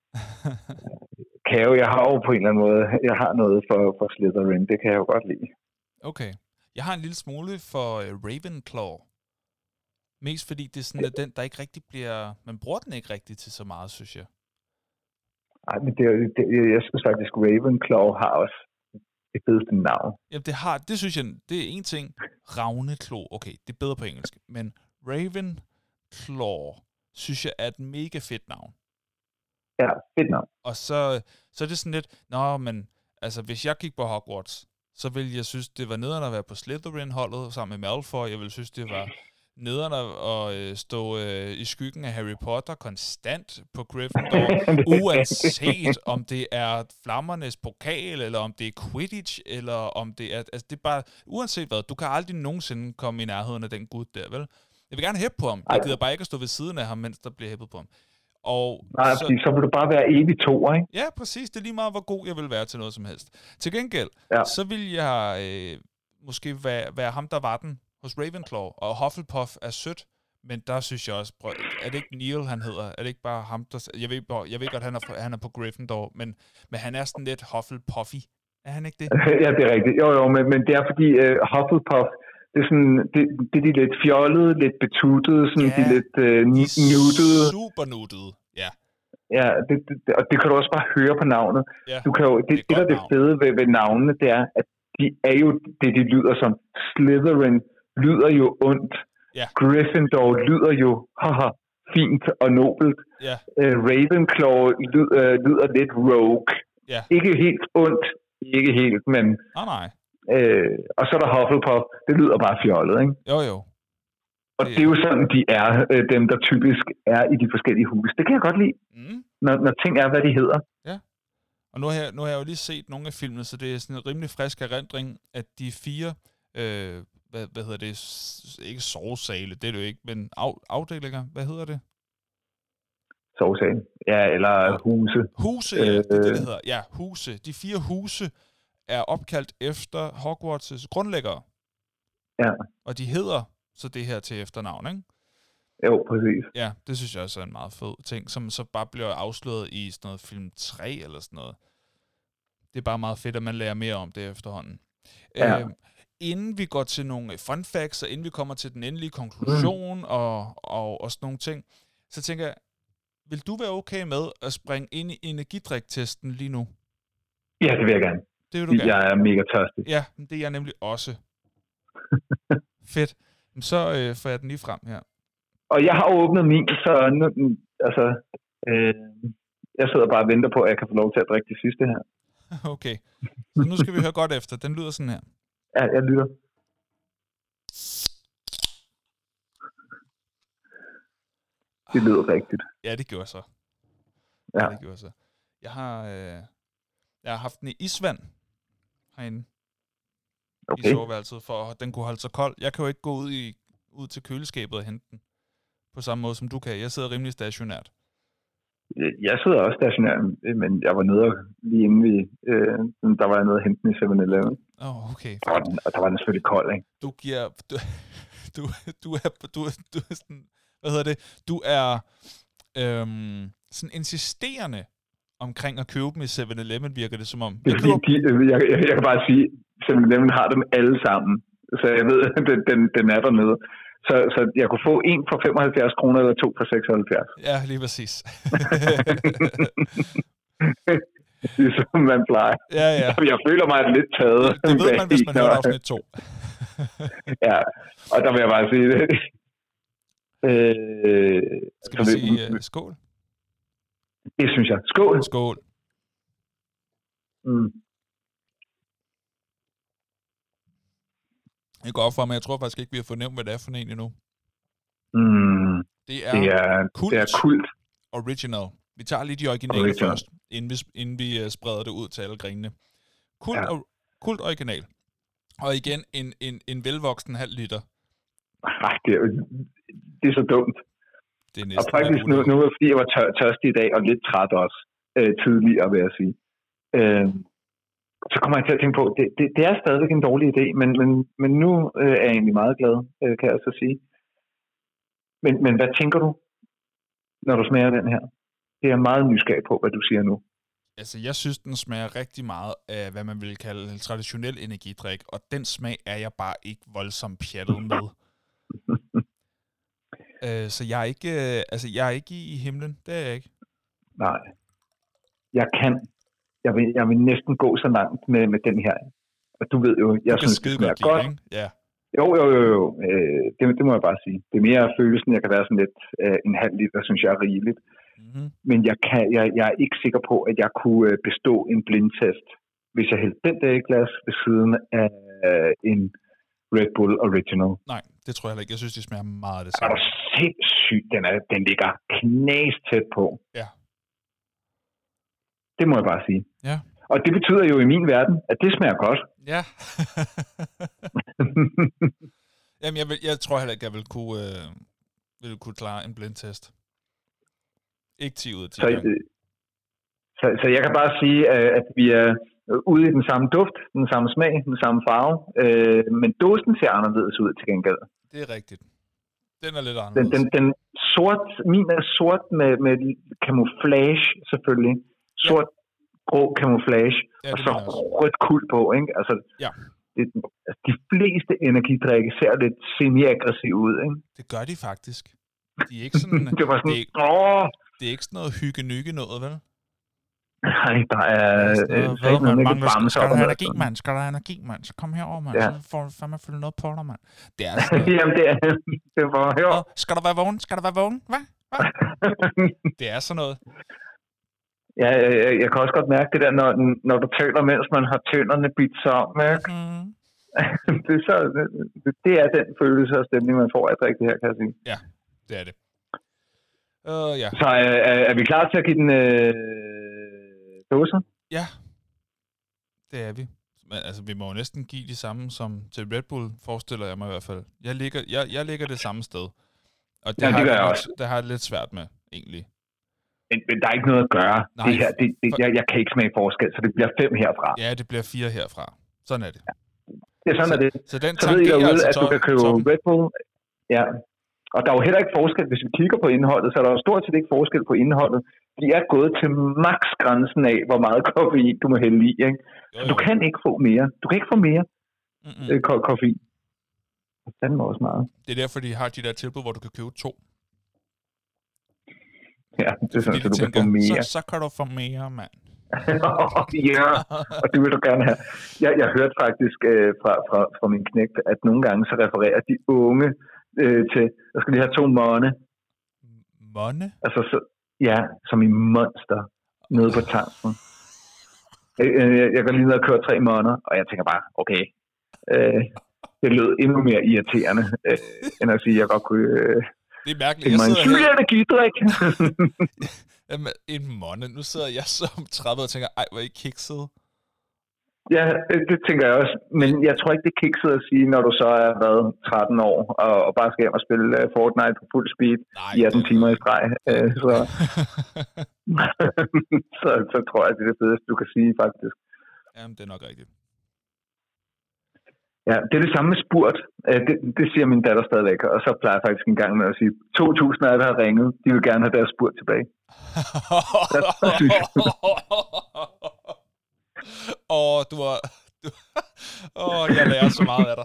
kan jeg, jeg har jo på en eller anden måde, jeg har noget for, for Slytherin, det kan jeg jo godt lide. Okay. Jeg har en lille smule for uh, Ravenclaw. Mest fordi det er sådan, at den, der ikke rigtig bliver, man bruger den ikke rigtig til så meget, synes jeg. Nej, men det, det, jeg synes faktisk, Ravenclaw har også det fedeste navn. Jamen det har, det synes jeg, det er en ting. Ravneklo, okay, det er bedre på engelsk, men Ravenclaw synes jeg er et mega fedt navn. Ja, fedt navn. Og så, så er det sådan lidt, nå, men altså, hvis jeg gik på Hogwarts, så ville jeg synes, det var nederen at være på Slytherin-holdet sammen med Malfoy. Jeg ville synes, det var nederen at stå øh, i skyggen af Harry Potter konstant på Gryffindor, uanset om det er flammernes pokal, eller om det er Quidditch, eller om det er, altså det er bare, uanset hvad, du kan aldrig nogensinde komme i nærheden af den gud der, vel? Jeg vil gerne hæppe på ham. Jeg gider bare ikke at stå ved siden af ham, mens der bliver hæppet på ham. Og nej, så, så vil du bare være evig to, ikke? Ja, præcis. Det er lige meget, hvor god jeg vil være til noget som helst. Til gengæld, ja. så vil jeg øh, måske være, være ham, der var den hos Ravenclaw. Og Hufflepuff er sødt, men der synes jeg også, prøv, er det ikke Neil, han hedder? Er det ikke bare ham, der... Jeg ved, jeg ved godt, han er, han er på Gryffindor, men, men han er sådan lidt Hufflepuffy. Er han ikke det? Ja, det er rigtigt. Jo, jo, men, men det er fordi uh, Hufflepuff, det er sådan, det, det er de lidt fjollede, lidt betuttede, sådan ja, de lidt uh, nudede. Super nudede, ja. Ja, det, det, og det kan du også bare høre på navnet. Ja, du kan jo, det, det, det der er det fede ved, ved navnene, det er, at de er jo det, de lyder som. Slytherin lyder jo ondt, Ja. Gryffindor lyder jo haha, fint og nobelt. Ja. Uh, Ravenclaw lyder, uh, lyder lidt rogue. Ja. Ikke helt ondt, ikke helt, men... Ah, nej. Uh, og så er der Hufflepuff. Det lyder bare fjollet, ikke? Jo, jo. Og det er jo sådan, de er, uh, dem der typisk er i de forskellige huse. Det kan jeg godt lide, mm. når, når ting er, hvad de hedder. Ja. Og nu har, jeg, nu har jeg jo lige set nogle af filmene, så det er sådan en rimelig frisk erindring, at de fire... Øh, Hvad, hvad hedder det? Ikke sovesale, det er det jo ikke, men af, afdelinger, hvad hedder det? Sovesale, ja, eller huse. Huse, ja, det er det, det hedder. Ja, huse. De fire huse er opkaldt efter Hogwarts' grundlæggere. Ja. Og de hedder så det her til efternavn, ikke? Jo, præcis. Ja, det synes jeg også er en meget fed ting, som så bare bliver afsløret i sådan noget film tre eller sådan noget. Det er bare meget fedt, at man lærer mere om det efterhånden. Ja. Øh, Inden vi går til nogle fun facts, og inden vi kommer til den endelige konklusion mm. og, og, og sådan nogle ting, så tænker jeg, vil du være okay med at springe ind i energidrik-testen lige nu? Ja, det vil jeg gerne. Det vil du gerne. Jeg er mega tørstig. Ja, det er jeg nemlig også. Fedt. Så øh, får jeg den lige frem her. Og jeg har åbnet min, så nu, altså, øh, jeg sidder bare og venter på, at jeg kan få lov til at drikke det sidste her. Okay. Så nu skal vi høre godt efter. Den lyder sådan her. Ja, jeg lytter. Det lyder rigtigt. Ja, det gjorde så. Ja. ja det gjorde så. Jeg har, øh, jeg har haft den i isvand herinde okay. i soveværelset, for at den kunne holde sig kold. Jeg kan jo ikke gå ud, i, ud til køleskabet og hente den på samme måde, som du kan. Jeg sidder rimelig stationært. Jeg sidder også stationært, men jeg var nede lige inden vi, øh, der var jeg nede og hente den i seven eleven. Åh, oh, okay. Der var den, og der var den selvfølgelig kold, ikke? Du giver, du, du, du er, du, du er sådan, hvad hedder det? Du er øhm, sådan insisterende omkring at købe dem i seven eleven, virker det som om. Det er fordi, de, jeg, jeg, jeg kan bare sige, seven eleven har dem alle sammen, så jeg ved, at den, den, den er dernede. Så, så jeg kunne få en for femoghalvfjerds kroner eller to for seksoghalvfjerds. Ja, lige præcis. Det er sådan, man plejer. Ja, ja. Jeg føler mig lidt taget. Det, det ved man, hvis man hører afsnit to. Ja, og der vil jeg bare sige det. Øh, Skal vi sige uh, skål? Det synes jeg. Skål. Skål. Mm. Det går op for mig. Jeg tror faktisk ikke, vi har fornemt, hvad det er for en endnu. Mm. Det er, det er kult. Det er kult. Original. Vi tager lige de originale original. først, inden vi, inden vi uh, spreder det ud til alle grenene. Kult, ja. og, kult original. Og igen, en, en, en velvoksen halv liter. Ej, det er, det er så dumt. Det er og faktisk nu, nu er fordi jeg var tør, tørstig i dag, og lidt træt også, øh, tidligere, vil jeg sige. Øh, så kommer jeg til at tænke på, det, det, det er stadigvæk en dårlig idé, men, men, men nu øh, er jeg egentlig meget glad, øh, kan jeg så sige. Men, men hvad tænker du, når du smager den her? Det er meget nysgerrig på, hvad du siger nu. Altså, jeg synes, den smager rigtig meget af, hvad man vil kalde en traditionel energidrik, og den smag er jeg bare ikke voldsomt pjattet med. øh, så jeg er ikke, øh, altså, jeg er ikke i, i himlen, det er jeg ikke. Nej. Jeg kan. Jeg vil, jeg vil næsten gå så langt med, med den her. Og du ved jo, jeg synes, det smager godt. godt. Ikke? Ja. Jo, jo, jo, jo. Øh, det, det må jeg bare sige. Det er mere følelsen, jeg kan være sådan lidt øh, en halv liter, synes jeg er rigeligt. Mm-hmm. Men jeg, kan, jeg, jeg er ikke sikker på, at jeg kunne bestå en blindtest, hvis jeg hældte den der i glas ved siden af en Red Bull Original. Nej, det tror jeg heller ikke. Jeg synes, de smager meget af det samme. Er du sindssygt? Den, er, den ligger knæs tæt på. Ja. Det må jeg bare sige. Ja. Og det betyder jo i min verden, at det smager godt. Ja. Jamen, jeg, vil, jeg tror heller ikke, jeg vil kunne, øh, vil kunne klare en blindtest. Ikke ti ud af ti. Så, så, så jeg kan bare sige, at vi er ude i den samme duft, den samme smag, den samme farve, øh, men dåsen ser anderledes ud til gengæld. Det er rigtigt. Den er lidt anderledes. Den, den, den sort, min er sort med, med camouflage selvfølgelig. Sort, ja. Grå camouflage, ja, og så rødt kuld på, ikke? Altså, ja. det, altså, de fleste energidrikke ser lidt semi-aggressive ud, ikke? Det gør de faktisk. De er ikke sådan... det var sådan, det er, åh! Det er ikke sådan noget hygge-nygge noget, vel? Nej, der er Hvad, øh, hvad, man ikke mangler, skal, bamser skal op der og have ned. energi, mand? Skal der have energi, mand? Så kom herover, mand. Ja. Så får du fandme fylde noget på dig, mand. Det er sådan noget. Jamen, det er det var jo. Hvad? Skal der være vågen? Skal der være vågen? Hvad? Hvad? Det er sådan noget. Ja, jeg, jeg kan også godt mærke det der, når, når du taler, mens man har tænderne bidt sammen. Mm-hmm. det, er så, det, det er den følelse og stemning, man får af at drikke det her, kan jeg sige. Ja, det er det. Uh, ja. Så er, er, er vi klar til at give den øh, dåser? Ja, det er vi. Men altså, vi må jo næsten give de samme som til Red Bull, forestiller jeg mig i hvert fald. Jeg ligger, jeg, jeg ligger det samme sted. Og det, ja, det har, gør jeg jeg lidt, også. det har jeg lidt svært med, egentlig. Men, men der er ikke noget at gøre. Nej, det her, det, det, for... jeg, jeg kan ikke smage forskel, så det bliver fem herfra. Ja, det bliver fire herfra. Sådan er det. Ja. Det er sådan, så, er det. Så den så ved I derude, altså at du kan købe toppen. Red Bull. Ja. Og der er jo heller ikke forskel, hvis vi kigger på indholdet, så er der jo stort set ikke forskel på indholdet. De er gået til maksgrænsen af, hvor meget koffein du må hælde i. Ikke? Jo, jo. Du kan ikke få mere. Du kan ikke få mere øh, ko- koffein. Den var også meget. Det er derfor, de har de der tilbud, hvor du kan købe to. Ja, det er sådan, så du tænker, kan få mere. Så, så kan du få mere, mand. Ja, og det vil du gerne have. Jeg, jeg hørte faktisk øh, fra, fra, fra min knægt, at nogle gange så refererer de unge øh, til, der skal de have to måne. Måne? Altså, så, ja, som i monster, nede på tanken. Jeg, jeg, jeg går lige ned og kører tre måneder, og jeg tænker bare, okay, øh, det lød endnu mere irriterende, øh, end at sige, at jeg godt kunne... Øh, det er mærkeligt, jeg sidder her... En energidrik! Jamen, en måned. Nu sidder jeg som tredive og tænker, ej, hvor er I kikset? Ja, det, det tænker jeg også. Men jeg tror ikke, det er kikset at sige, når du så er været tretten år, og, og bare skal hjem og spille uh, Fortnite på fuld speed Nej, i atten det... timer i streg. Uh, så... så, så tror jeg, det er det fedeste, du kan sige, faktisk. Jamen, det er nok rigtigt. Ja, det er det samme med spurt. Uh, det, det siger min datter stadigvæk, og så plejer jeg faktisk en gang med at sige, to tusind af det har ringet, de vil gerne have deres spurt tilbage. Åh, oh, du har... Åh, oh, jeg lærer så meget af dig.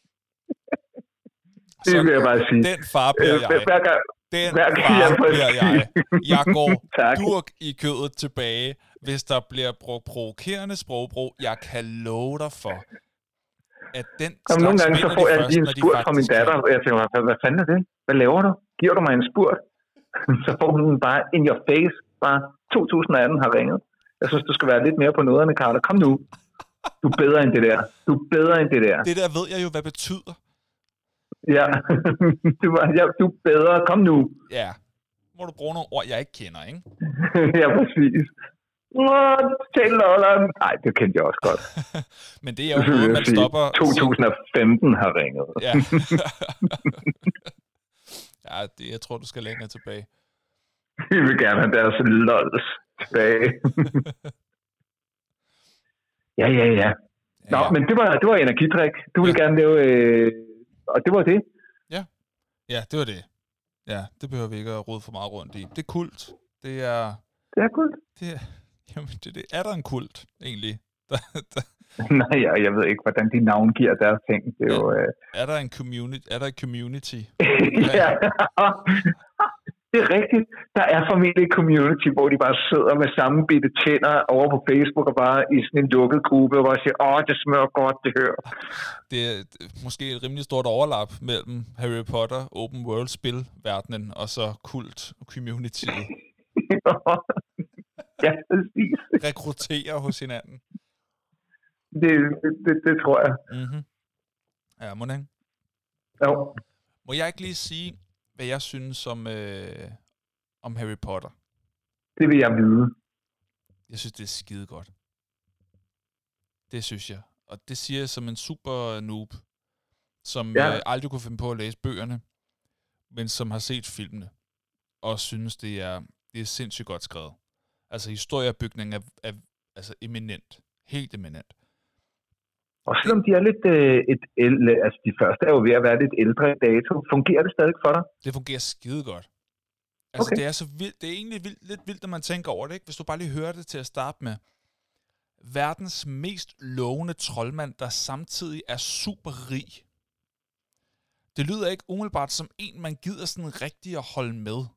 Det så, vil jeg bare sige. Den far bliver jeg. Hver gang, den hver gang far jeg bliver jeg. Jeg går durk i kødet tilbage, hvis der bliver brugt provokerende sprogbrug. Jeg kan love dig for, at den slags nogle gange så får jeg lige en spurt fra min datter, og jeg tænker, hvad, hvad fanden er det? Hvad laver du? Giver du mig en spurt? Så får hun bare in your face, bare to tusind atten har ringet. Jeg synes, du skal være lidt mere på noderne, Carla. Kom nu. Du er bedre end det der. Du er bedre end det der. Det der ved jeg jo, hvad betyder. Ja. du, ja, du er bedre. Kom nu. Ja. Må du bruge nogle ord, jeg ikke kender, ikke? Ja, præcis. Til Lolland. Nej, det kendte jeg også godt. Men det er jo noget, man stopper... to tusind femten har ringet. Ja. Ja, det, jeg tror, du skal længere tilbage. Vi vil gerne have deres lols tilbage. ja, ja, ja. Nå, ja. Men det var, det var energidrik. Du ville ja. gerne lave... Øh, og det var det. Ja. Ja, det var det. Ja, det behøver vi ikke at rode for meget rundt i. Det er kult. Det er... Det er kult? Det er, jamen, det, det er der en kult, egentlig. Der, der. Nej, jeg, jeg ved ikke, hvordan de navn giver deres ting. Det er, ja. jo, øh... er der en community? Er der en community? ja, det er rigtigt. Der er formentlig et community, hvor de bare sidder med samme bitte tænder over på Facebook og bare i sådan en lukket gruppe og bare siger, åh, det smager godt, det her. Det er måske et rimelig stort overlap mellem Harry Potter, open world spilverdenen og så kult communityet. Ja, præcis. Rekrutterer hos hinanden. Det, det, det tror jeg. Mm-hmm. Ja, må det ikke? Jo. Må jeg ikke lige sige, hvad jeg synes om, øh, om Harry Potter? Det vil jeg vide. Jeg synes, det er skide godt. Det synes jeg. Og det siger jeg som en super noob, som ja. øh, aldrig kunne finde på at læse bøgerne, men som har set filmene, og synes, det er, det er sindssygt godt skrevet. Altså, historiebygningen er, er altså eminent. Helt eminent. Og selvom de er lidt øh, et ældre, altså de første er jo ved at være lidt ældre i dato, fungerer det stadig for dig? Det fungerer skide godt. Altså okay. Det er så vildt, det er egentlig vildt, lidt vildt, når man tænker over det, ikke? Hvis du bare lige hører det til at starte med. Verdens mest lovende troldmand, der samtidig er super rig. Det lyder ikke umiddelbart som en, man gider sådan rigtig at holde med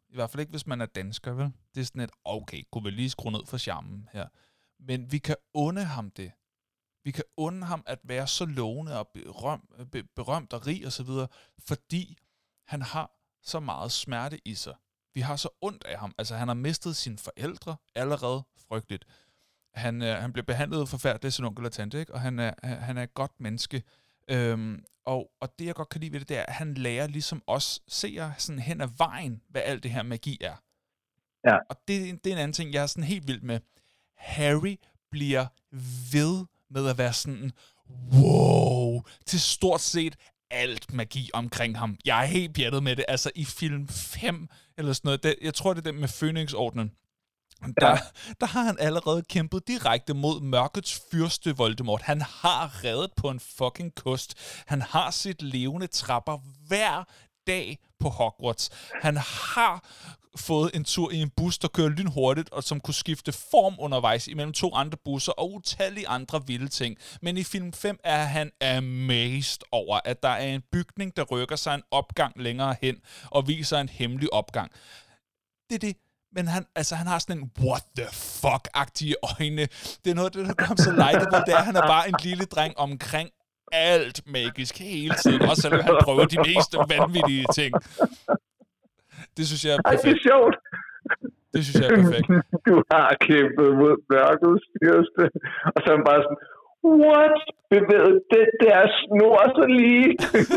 I hvert fald ikke, hvis man er dansker, vel? Det er sådan et, okay, kunne vi lige skrue ned for charmen her. Men vi kan unde ham det. Vi kan unde ham at være så lovende og berøm, be, berømt og rig og så videre, fordi han har så meget smerte i sig. Vi har så ondt af ham. Altså, han har mistet sine forældre allerede frygteligt. Han, øh, han blev behandlet forfærdeligt af sin onkel og tante, ikke? Og han er, han er et godt menneske. Øhm, og, og det, jeg godt kan lide ved det, det er, at han lærer ligesom os seere sådan hen ad vejen, hvad alt det her magi er. Ja. Og det, det er en anden ting, jeg er sådan helt vild med. Harry bliver ved med at være sådan, wow, til stort set alt magi omkring ham. Jeg er helt pjattet med det. Altså i film fem, eller sådan noget, det, jeg tror, det er den med Fønixordenen. Der, ja. der har han allerede kæmpet direkte mod mørkets fyrste Voldemort. Han har reddet på en fucking kost. Han har sit levende trapper hver dag på Hogwarts. Han har fået en tur i en bus, der kører lynhurtigt, og som kunne skifte form undervejs imellem to andre busser, og utallige andre vilde ting. Men i film fem er han amazed over, at der er en bygning, der rykker sig en opgang længere hen, og viser en hemmelig opgang. Det er det. Men han, altså, han har sådan en what the fuck-agtige øjne. Det er noget af det, der gør ham så likeable. Det er, han er bare en lille dreng omkring alt magisk hele tiden. Også selvom han prøver de mest vanvittige ting. Det synes jeg er perfekt. Ej, det er sjovt. Det synes jeg er perfekt. Du har kæmpet mod mørkets styrste. Og så er han bare sådan, what? Bevæget det der snor så lige.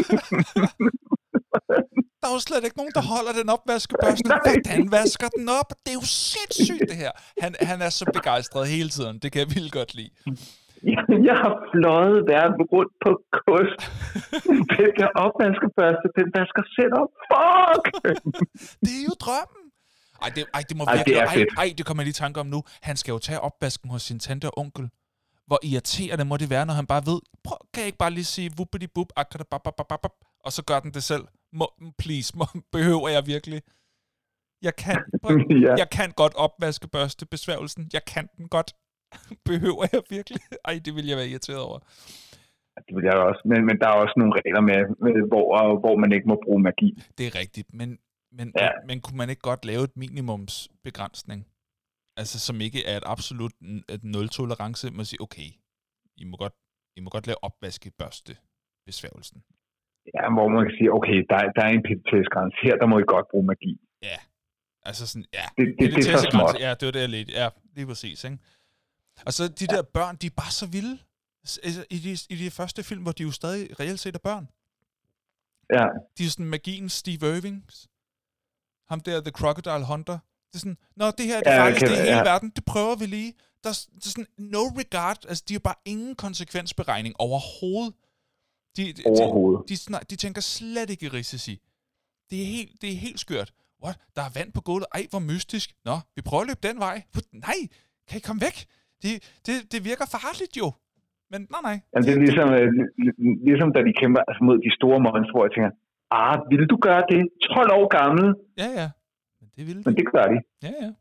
Der er jo slet ikke nogen, der holder den opvaskebørste. Hvordan vasker den op? Det er jo sindssygt, det her. Han, han er så begejstret hele tiden. Det kan jeg vildt godt lide. Jeg har fløjet verden rundt på kost. Den der opvaskebørste, den vasker selv op. Fuck! Det er jo drømmen. Ej, det, ej, det må ej, virkelig... det er ej, fedt. ej, det kommer jeg lige i tanke om nu. Han skal jo tage opvasken hos sin tante og onkel. Hvor irriterende må det være, når han bare ved, prøv, kan jeg ikke bare lige sige, wuppidi-bup, akadababababab, og så gør den det selv. Må, please, må, behøver jeg virkelig? Jeg kan, ja. jeg kan godt opvaske børste besværgelsen. Jeg kan den godt. Behøver jeg virkelig? Ej, det vil jeg være irriteret over. Det vil jeg også. Men, men der er også nogle regler med, med hvor, hvor man ikke må bruge magi. Det er rigtigt, men, men, ja. men, men kunne man ikke godt lave et minimumsbegrænsning? Altså, som ikke er et absolut et nul-tolerance, man siger, okay, I må godt, I må godt lave opvaske børste besværgelsen. Ja, hvor man kan sige, okay, der, der er en petitessegrænse her, der må I godt bruge magi. Ja, altså sådan, ja. Det, det, det er så småt. Ja, det var det, jeg lidt. Ja, lige præcis, ikke? Og så de der børn, de er bare så vilde. I de, i de første film, hvor de jo stadig reelt set er børn. Ja. De er sådan magiens Steve Irwings. Ham der, The Crocodile Hunter. Det er sådan, nå, det her er det ja, farligste okay, i hele ja. verden. Det prøver vi lige. Der er, der er sådan no regard. Altså, de har bare ingen konsekvensberegning overhovedet. De, de, overhovedet. De, de, de tænker slet ikke i risici. Det er helt, det er helt skørt. What? Der er vand på gulvet. Ej, hvor mystisk. Nå, vi prøver at løbe den vej. Nej, kan I komme væk? Det, det, det virker farligt jo. Men nej, nej. Jamen, det er ligesom, øh, ligesom da de kæmper altså, mod de store monstre, hvor jeg tænker, ah, ville du gøre det? tolv år gammel. Ja, ja. Men det ville de. Men det gør de. Ja, ja.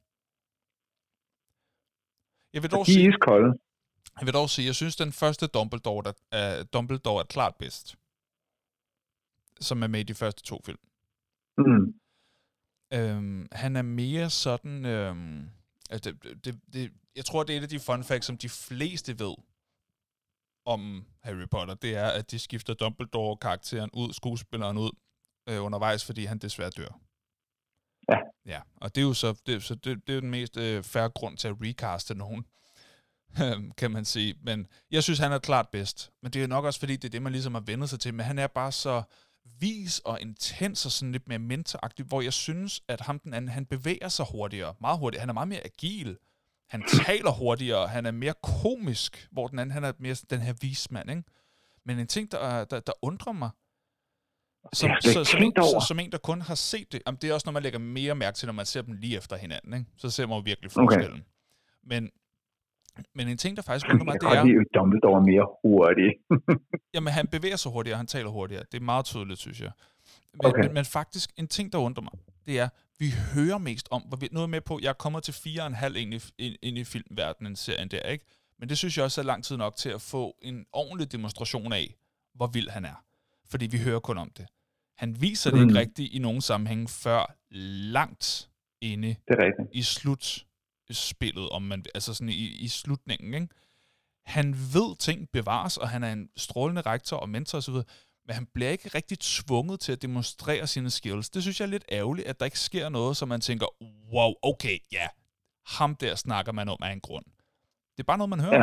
Jeg vil dog de er sige, iskolde. Jeg vil dog sige, jeg synes, den første Dumbledore, der, uh, Dumbledore er klart bedst. Som er med i de første to film. Mm. Øhm, han er mere sådan... Øhm, altså det, det, det, jeg tror, det er et af de fun facts, som de fleste ved om Harry Potter. Det er, at de skifter Dumbledore-karakteren ud, skuespilleren ud, øh, undervejs, fordi han desværre dør. Ja. Ja, og det er jo så, det, så det, det er jo den mest øh, færre grund til at recaste nogen, kan man sige. Men jeg synes, han er klart bedst. Men det er nok også, fordi det er det, man ligesom har vendt sig til. Men han er bare så vis og intens og sådan lidt mere mentoragtig, hvor jeg synes, at ham den anden, han bevæger sig hurtigere, meget hurtigere. Han er meget mere agil. Han taler hurtigere, han er mere komisk, hvor den anden, han er mere den her vismand, ikke? Men en ting, der, der, der undrer mig, som, så, som, en, så, som en, der kun har set det, jamen det er også noget, man lægger mere mærke til, når man ser dem lige efter hinanden, ikke? Så ser man jo virkelig forskellen. Okay. Men, men en ting, der faktisk undrer mig, det er... Jeg kan lide Dumbledore mere hurtigt. Jamen, han bevæger sig hurtigere, han taler hurtigere. Det er meget tydeligt, synes jeg. Men, okay. men, men faktisk, en ting, der undrer mig, det er, vi hører mest om, hvor vi nu er med på, jeg er kommet til fire og en halv ind i, ind, ind i filmverdenen, serien der, ikke? Men det synes jeg også er lang tid nok til at få en ordentlig demonstration af, hvor vild han er. Fordi vi hører kun om det. Han viser det Mm. ikke rigtigt i nogen sammenhæng før langt inde Det er rigtigt. i slutspillet, om man, altså sådan i, i slutningen, ikke? Han ved, ting bevares, og han er en strålende rektor og mentor osv., men han bliver ikke rigtig tvunget til at demonstrere sine skills. Det synes jeg er lidt ærgerligt, at der ikke sker noget, så man tænker, wow, okay, ja, ham der snakker man om af en grund. Det er bare noget, man hører. Ja,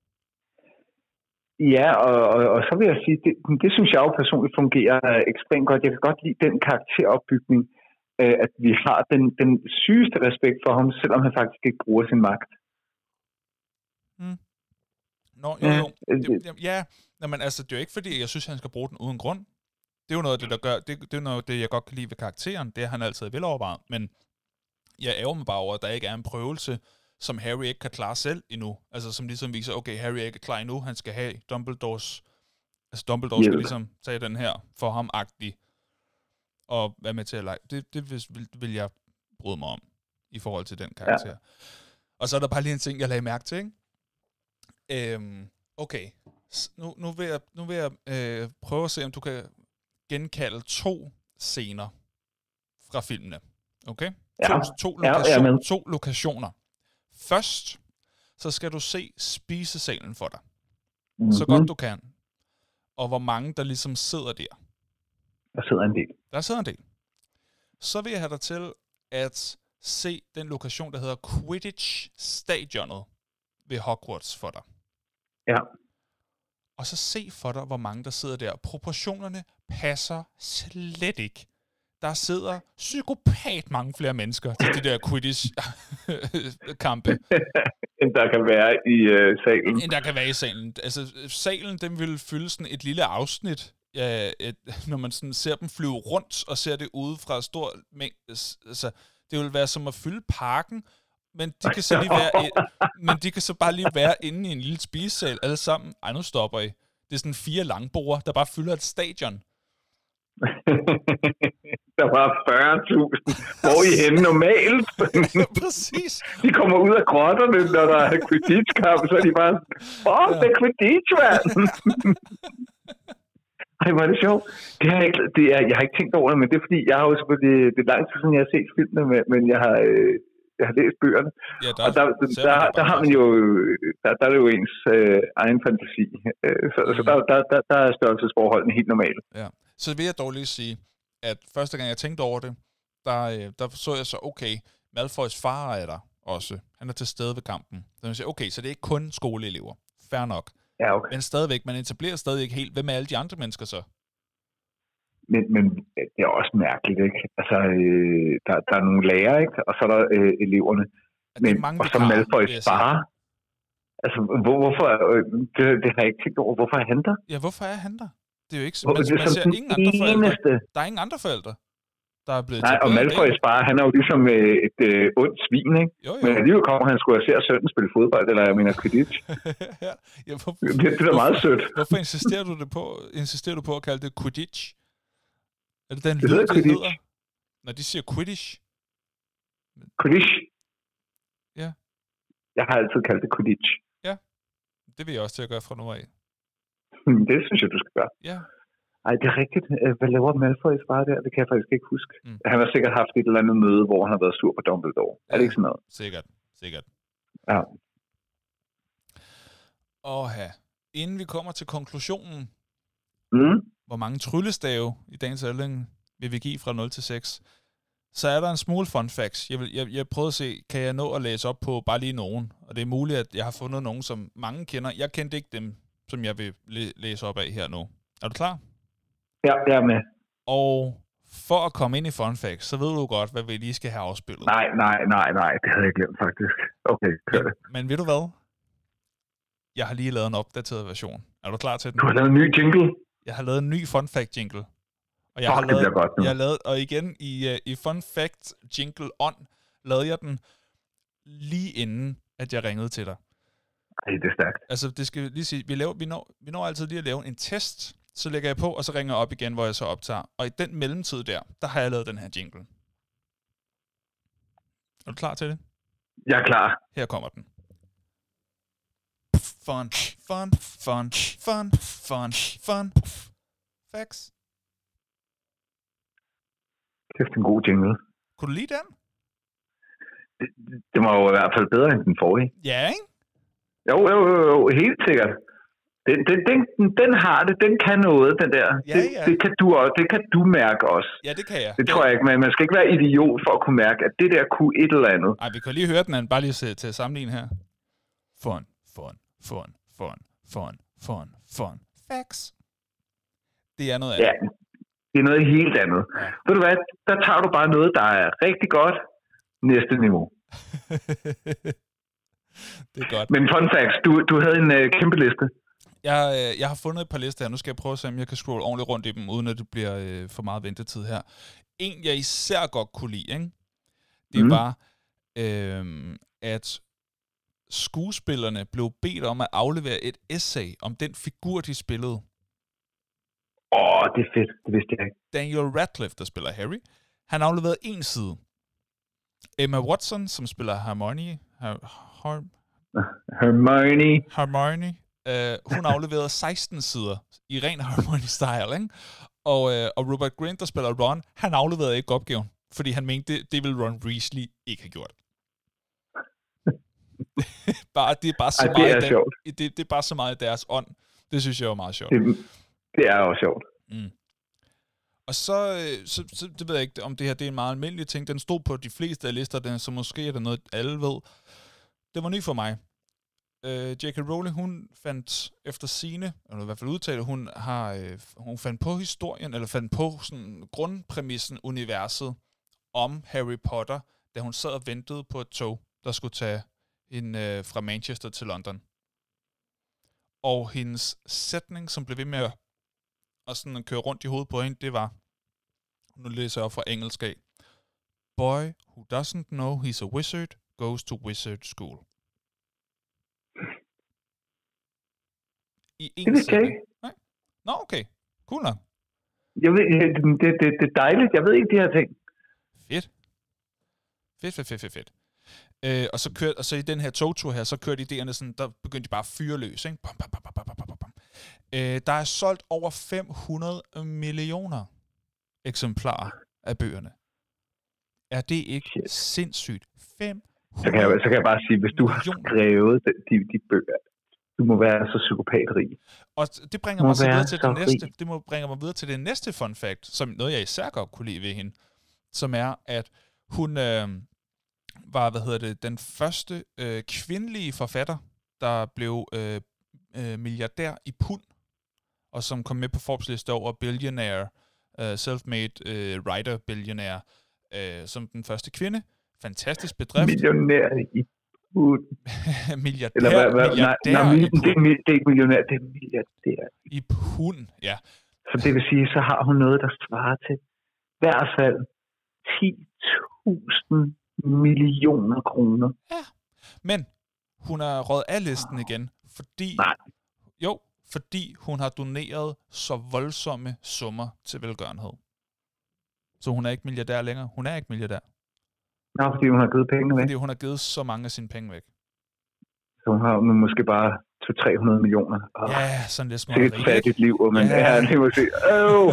ja og, og, og så vil jeg sige, det, det synes jeg jo personligt fungerer ekstremt godt. Jeg kan godt lide den karakteropbygning, øh, at vi har den, den sygeste respekt for ham, selvom han faktisk ikke bruger sin magt. Mm. Nå, jo, jo. Det, ja, Nå, men altså, det er jo ikke fordi, jeg synes, han skal bruge den uden grund. Det er jo noget af det, der gør, det, det er noget af det, jeg godt kan lide ved karakteren. Det er han altid velovervejet, men jeg ærger mig bare over, at der ikke er en prøvelse, som Harry ikke kan klare selv endnu. Altså, som ligesom viser, okay, Harry er ikke klar endnu, han skal have Dumbledores, altså Dumbledore skal ligesom tage den her for ham-agtig, og være med til at lege. Det, det vil, vil jeg bryde mig om, i forhold til den karakter. Ja. Og så er der bare lige en ting, jeg lagde mærke til, ikke? Øhm, okay, nu, nu vil jeg, nu vil jeg øh, prøve at se, om du kan genkalde to scener fra filmene. Okay? Ja. To, to, lokation, ja, to lokationer. Først, så skal du se spisesalen for dig. Mm-hmm. Så godt du kan. Og hvor mange, der ligesom sidder der. Der sidder en del. Der sidder en del. Så vil jeg have dig til at se den lokation, der hedder Quidditch-stadionet ved Hogwarts for dig. Ja. Og så se for dig, hvor mange der sidder der. Proportionerne passer slet ikke. Der sidder psykopat mange flere mennesker til de der Quidditch-kampe. End der kan være i øh, salen. End der kan være i salen. Altså, salen, den vil fylde sådan et lille afsnit, ja, et, når man sådan ser dem flyve rundt, og ser det ude fra stor mængde. Altså, det vil være som at fylde parken, men de kan så lige være, men de kan så bare lige være inde i en lille spisesal alle sammen. Ej, nu stopper I. Det er sådan fire langborde, der bare fylder et stadion. Der var fyrre tusind. Hvor I henne normalt? Ja, præcis. De kommer ud af grotterne, når der er Quidditch-kamp, så er de bare, åh, oh, ja. Det er Quidditch, mand! Ej, hvor er det sjovt. Det har jeg, ikke, det er, jeg har ikke tænkt over det, men det er fordi, jeg har jo selvfølgelig, det er lang tid siden, jeg har set filmene, men jeg har, jeg har læst bøgerne. Ja, der, og der, der, der, der har man jo, der, der er det jo ens øh, egen fantasi. Så, mm. så der, der, der, der er størrelsesforholdene helt normale. Ja. Så vil jeg dog lige sige, at første gang jeg tænkte over det, der, der så jeg så, okay, Malfoys far er der også. Han er til stede ved kampen. Så jeg siger, okay, så det er ikke kun skoleelever. Fair nok. Ja, okay. Men stadigvæk, man etablerer stadig ikke helt. Hvem er alle de andre mennesker så? Men, men det er også mærkeligt, ikke? Altså, øh, der, der er nogle lærere, ikke? Og så er der øh, eleverne. Men, mange, og så Malfoys far. Altså, hvor, hvorfor, øh, det, det har jeg ikke tænkt over. Hvorfor er han der? Ja, hvorfor er han der? Det er jo ikke, man, man, man ser ingen andre forældre. Der er ingen andre forældre, der er blevet Nej, og Malfoys far, han er jo ligesom et øh, ondt svin, ikke? Jo, jo. Men alligevel kommer han skulle se sønnen spille fodbold, eller jeg mener Quidditch. Ja, ja, hvor, det, det er da meget sødt. Hvorfor insisterer du, det på, insisterer du på at kalde det Quidditch? Er det den det lyd, det hedder? Når de siger Quidditch? Quidditch? Ja. Jeg har altid kaldt det Quidditch. Ja, det vil jeg også til at gøre fra nu af. Det synes jeg, du skal gøre. Ja. Ej, det er rigtigt. Hvad laver Malfoys far der? Det kan jeg faktisk ikke huske. Mm. Han har sikkert haft et eller andet møde, hvor han har været sur på Dumbledore. Ja, er det ikke sådan noget? Sikkert. Sikkert. Ja. Åha. Inden vi kommer til konklusionen, mm. hvor mange tryllestave i dagens ælling vil vi give fra nul til seks, så er der en smule fun facts. Jeg, vil, jeg, jeg prøvede at se, kan jeg nå at læse op på bare lige nogen? Og det er muligt, at jeg har fundet nogen, som mange kender. Jeg kendte ikke dem, som jeg vil læ- læse op af her nu. Er du klar? Ja, jeg er med. Og for at komme ind i fun facts, så ved du godt, hvad vi lige skal have afspillet. Nej, nej, nej, nej. Det havde jeg glemt faktisk. Okay, kør det. Men, men ved du hvad? Jeg har lige lavet en opdateret version. Er du klar til den? Du har lavet en ny jingle? Jeg har lavet en ny fun fact jingle. Og jeg oh, har lavet, det bliver godt nu. Jeg har lavet, og igen i, uh, i fun fact jingle on, lavede jeg den lige inden, at jeg ringede til dig. Ej, det er stærkt. Altså, det skal lige sige, vi, laver, vi, når, vi når altid lige at lave en test, så lægger jeg på, og så ringer jeg op igen, hvor jeg så optager. Og i den mellemtid der, der har jeg lavet den her jingle. Er du klar til det? Jeg er klar. Her kommer den. Fun, fun, fun, fun, fun, fun, facts. Kæft, en god jingle. Kunne du lide den? Det, det var jo i hvert fald bedre end den forrige. Ja, ikke? Jo, jo, jo, jo, helt sikkert. Den, den, den, den har det, den kan noget, den der. Ja, det, ja. det, kan du også, det kan du mærke også. Ja, det kan jeg. Det, det tror jeg ikke, men man skal ikke være idiot for at kunne mærke, at det der kunne et eller andet. Ej, vi kan lige høre den, anden, bare lige til at sammenligne her. Fun, fun, fun, fun, fun, fun, fun. Facts. Det er noget andet. Ja, det er noget helt andet. Ja. Ved du hvad, der tager du bare noget, der er rigtig godt. Næste niveau. Det er godt. Men fun facts, du, du havde en øh, kæmpe liste. Jeg, øh, jeg har fundet et par lister her. Nu skal jeg prøve at se, om jeg kan scrolle ordentligt rundt i dem, uden at det bliver øh, for meget ventetid her. En, jeg især godt kunne lide, ikke? Det mm. var, øh, at skuespillerne blev bedt om at aflevere et essay om den figur, de spillede. Åh, oh, det er fedt. Det vidste jeg ikke. Daniel Radcliffe, der spiller Harry, han afleverede en side. Emma Watson, som spiller Hermione, Her- Her- Hermione, Hermione uh, hun afleverede seksten sider i ren Hermione-style, ikke? Og, uh, og Rupert Grint, der spiller Ron, han afleverede ikke opgaven, fordi han mente, det, det ville Ron Weasley ikke have gjort. bare, det er bare så Ej, meget det er der, sjovt. Det, det er bare så meget i deres ånd. Det synes jeg var meget sjovt. Det, det er også sjovt. Mm. Og så, så, så, det ved jeg ikke, om det her det er en meget almindelig ting. Den stod på de fleste af listerne, så måske er det noget, alle ved. Det var ny for mig. Uh, J K. Rowling, hun fandt efter sine, eller i hvert fald udtalte, hun har, uh, hun fandt på historien, eller fandt på sådan grundpræmissen, universet om Harry Potter, da hun sad og ventede på et tog, der skulle tage hende uh, fra Manchester til London. Og hendes sætning, som blev ved med at og sådan køre rundt i hovedet på hende, det var, nu læser jeg op fra engelsk af, Boy who doesn't know he's a wizard goes to wizard school. I en det vidste jeg ikke. Nej? Nå, okay. Cool nok. Jeg ved, det, det, det er dejligt. Jeg ved ikke de her ting. Fedt. Fedt, fedt, fedt, fedt, fedt. Øh, og, så kørte, og så i den her togtur her, så kørte idéerne sådan, der begyndte de bare at fyre løs, ikke? Bam, bam, bam, bam, bam, bam, bam. Øh, der er solgt over fem hundrede millioner eksemplarer af bøgerne. Er det ikke Shit. sindssygt? fem hundrede så kan, jeg, så kan jeg bare sige, hvis du har skrevet de, de, de bøger, du må være så psykopatrig. Og det bringer mig så videre til det næste. Det må bringer mig videre til det næste fun fact, som noget jeg især godt kunne lide ved hende, som er at hun øh, var, hvad hedder det, den første øh, kvindelige forfatter, der blev øh, øh, milliardær i pund, og som kom med på Forbes liste over billionaire, øh, self-made øh, writer billionaire, øh, som den første kvinde. Fantastisk bedrift. Millionær i pund. milliardær, Eller hvad, hvad, milliardær nej, nej, i pund. Det, er, det er ikke millionær, det er milliardær. I pund, ja. Så det vil sige, så har hun noget, der svarer til i hvert fald ti tusind millioner kroner. Ja, men hun er røget af listen igen, fordi... Nej. Jo, fordi hun har doneret så voldsomme summer til velgørenhed. Så hun er ikke milliardær længere. Hun er ikke milliardær. Nå, fordi hun har givet penge væk. Fordi hun har givet så mange af sine penge væk. Så hun har nu måske bare to til tre hundrede millioner. Oh, ja, sådan lidt småt. Det er et fattigt liv, men ja, ja det må sige. Åh,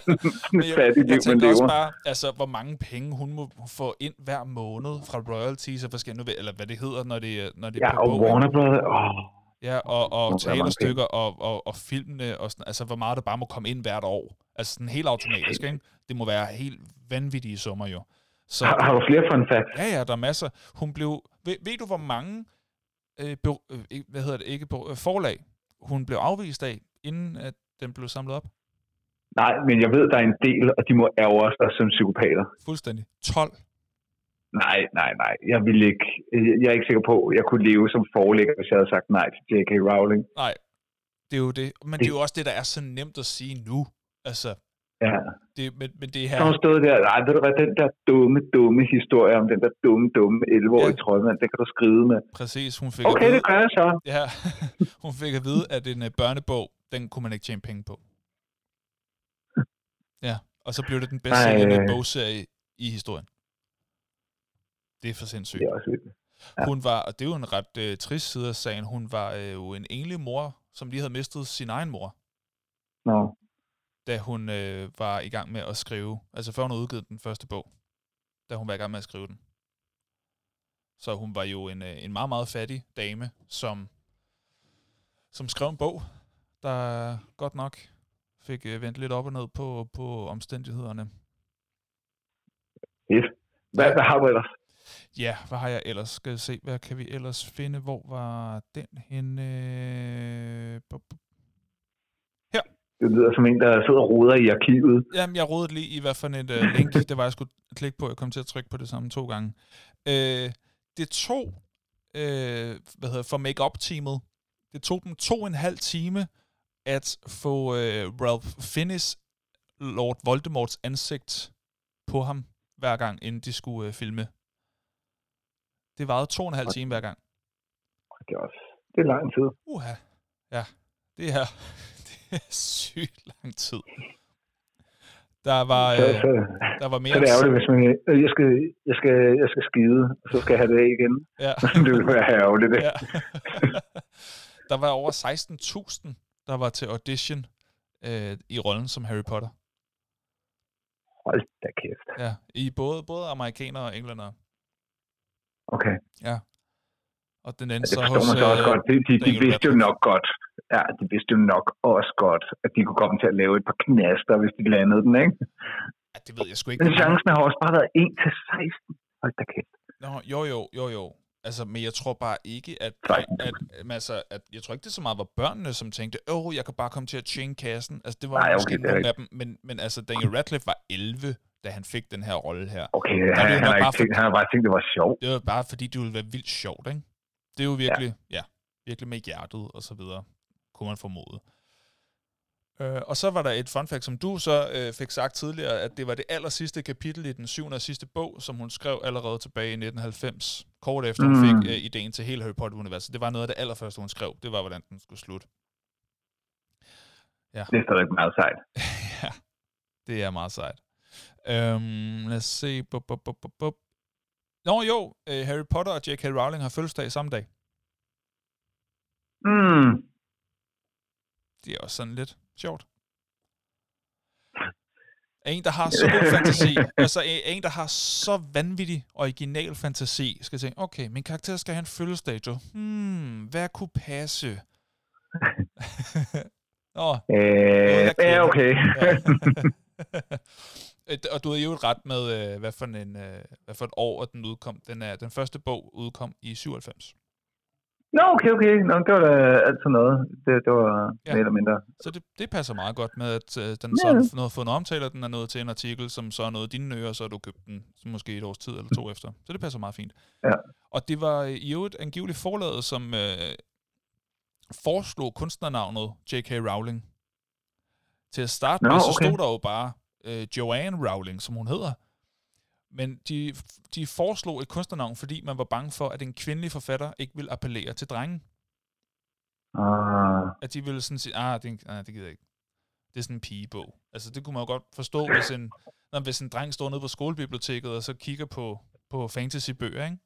et fattigt liv, man lever. Også bare, altså, hvor mange penge hun må få ind hver måned fra royalties og forskellige, eller hvad det hedder, når det, når det ja, er på og bogen. Warner Brothers. Oh. Ja, og, og teaterstykker og, og, og filmene, og sådan, altså hvor meget der bare må komme ind hvert år. Altså sådan helt automatisk, ikke? Det må være helt vanvittige summer jo. Så, har, har du flere fun facts? Ja, ja, der er masser. Hun blev, ved, ved du hvor mange, øh, be, øh, hvad hedder det, ikke øh, forlag, hun blev afvist af, inden at den blev samlet op? Nej, men jeg ved, der er en del, og de må ærge sig som psykopater. Fuldstændig. tolv. Nej, nej, nej. Jeg vil ikke. Jeg er ikke sikker på, at jeg kunne leve som forlægger, hvis jeg havde sagt nej til J K. Rowling. Nej, det er jo det. Men det, det er jo også det, der er så nemt at sige nu. Altså, ja. Det, men, men det her... Så hun stod der, nej, ved du hvad, den der dumme, dumme historie om den der dumme, dumme elleve-årige ja. troldmand, den kan du skrive med. Præcis, hun fik okay, at vide, det gør jeg så. Ja, hun fik at vide, at en uh, børnebog, den kunne man ikke tjene penge på. Ja, og så blev det den bedste sælgende bogserie i historien. Det er for sindssygt. Det er også vildt. Ja. Hun var, og det er jo en ret uh, trist side af sagen, hun var uh, jo en enlig mor, som lige havde mistet sin egen mor. Nå. da hun øh, var i gang med at skrive, altså før hun havde udgivet den første bog, da hun var i gang med at skrive den. Så hun var jo en, en meget, meget fattig dame, som, som skrev en bog, der godt nok fik vendt lidt op og ned på, på omstændighederne. Yes. Hvad, ja. hvad har du ellers? Ja, hvad har jeg ellers? Skal jeg se, hvad kan vi ellers finde? Hvor var den henne? Her. Det lyder som en, der sidder og roder i arkivet. Jamen, jeg rodede lige i, hvad for et uh, link, det var, jeg skulle klikke på. Jeg kom til at trykke på det samme to gange. Uh, det tog, uh, hvad hedder for make-up-teamet, det tog dem to og en halv time at få uh, Ralph Fiennes, Lord Voldemorts ansigt på ham hver gang, inden de skulle uh, filme. Det varede to og en halv time hver gang. Det er også, det er lang tid. Uha, ja, det er, det er sygt lang tid. Der var, så, øh, så, der var mere... Så det er ærgerligt, hvis man, jeg skal, jeg skal, jeg skal skide, og så skal jeg have det af igen. Ja. Det vil være ærgerligt, det. Ja. Der var over seksten tusind, der var til audition øh, i rollen som Harry Potter. Hold da kæft. Ja, i både, både amerikanere og englændere. Okay. Ja. Og den endte ja, det så hos... Man så også øh, godt. De, de, de vidste jo nok godt. Ja, de vidste jo nok også godt, at de kunne komme til at lave et par knaster, hvis de landede den, ikke? Ja, det ved jeg sgu ikke. Men chancen har også bare været en til seksten. Hold da kæft. Nå, jo, jo, jo, jo. Altså, men jeg tror bare ikke, at, at, at, altså, at jeg tror ikke, det så meget var børnene, som tænkte, åh, oh, jeg kan bare komme til at tjene kassen. Altså, det var Nej, måske okay, nogle af dem, men, men altså, Daniel Radcliffe var elleve, da han fik den her rolle her. Okay, han, han, han, har tænkt, han har bare tænkt, det var sjovt. Det var bare fordi, det ville være vildt sjovt, ikke? Det er jo virkelig, ja, ja virkelig med hjertet og så videre, kunne man formode. Øh, og så var der et fun fact, som du så øh, fik sagt tidligere, at det var det aller sidste kapitel i den syvende og sidste bog, som hun skrev allerede tilbage i nitten halvfems, kort efter hun mm. fik øh, ideen til hele Harry Potter-universet. Det var noget af det allerførste, hun skrev. Det var, hvordan den skulle slutte. Ja. Det er stadig meget sejt. Ja, det er meget sejt. Øhm, lad os se. Bup, bup, bup, bup, bup. Nå jo, øh, Harry Potter og J K Rowling har fødselsdag samme dag. Mm. Det er også sådan lidt sjovt. En, der har så god fantasi, altså en, der har så vanvittig original fantasi, skal tænke, okay, min karakter skal have en fødselsdag, jo. Hmm, hvad kunne passe? Nå, øh, ja, okay. Og du er jo ret med, hvad for, en, hvad for et år, at den udkom. Den, er, den første bog udkom i syvoghalvfems. Nå, okay, okay. Nå, det var da altid noget. Det, det var ja. mere eller mindre. Så det, det passer meget godt med, at uh, den ja. så har fået en omtale, og den er nået til en artikel, som så er nået dine ører, så har du købt den måske et års tid eller to efter. Så det passer meget fint. Ja. Og det var i øvrigt angiveligt forlaget, som uh, foreslog kunstnernavnet J K Rowling. Til at starte med, Nå, okay. så stod der jo bare uh, Joanne Rowling, som hun hedder. Men de, de foreslog et kunstnernavn, fordi man var bange for, at en kvindelig forfatter ikke ville appellere til drengen. Ah. At de ville sådan sige, ah, det, ah, det gider jeg ikke. Det er sådan en pigebog. Altså, det kunne man jo godt forstå, hvis en, når, hvis en dreng står nede på skolebiblioteket, og så kigger på, på fantasy-bøger, ikke?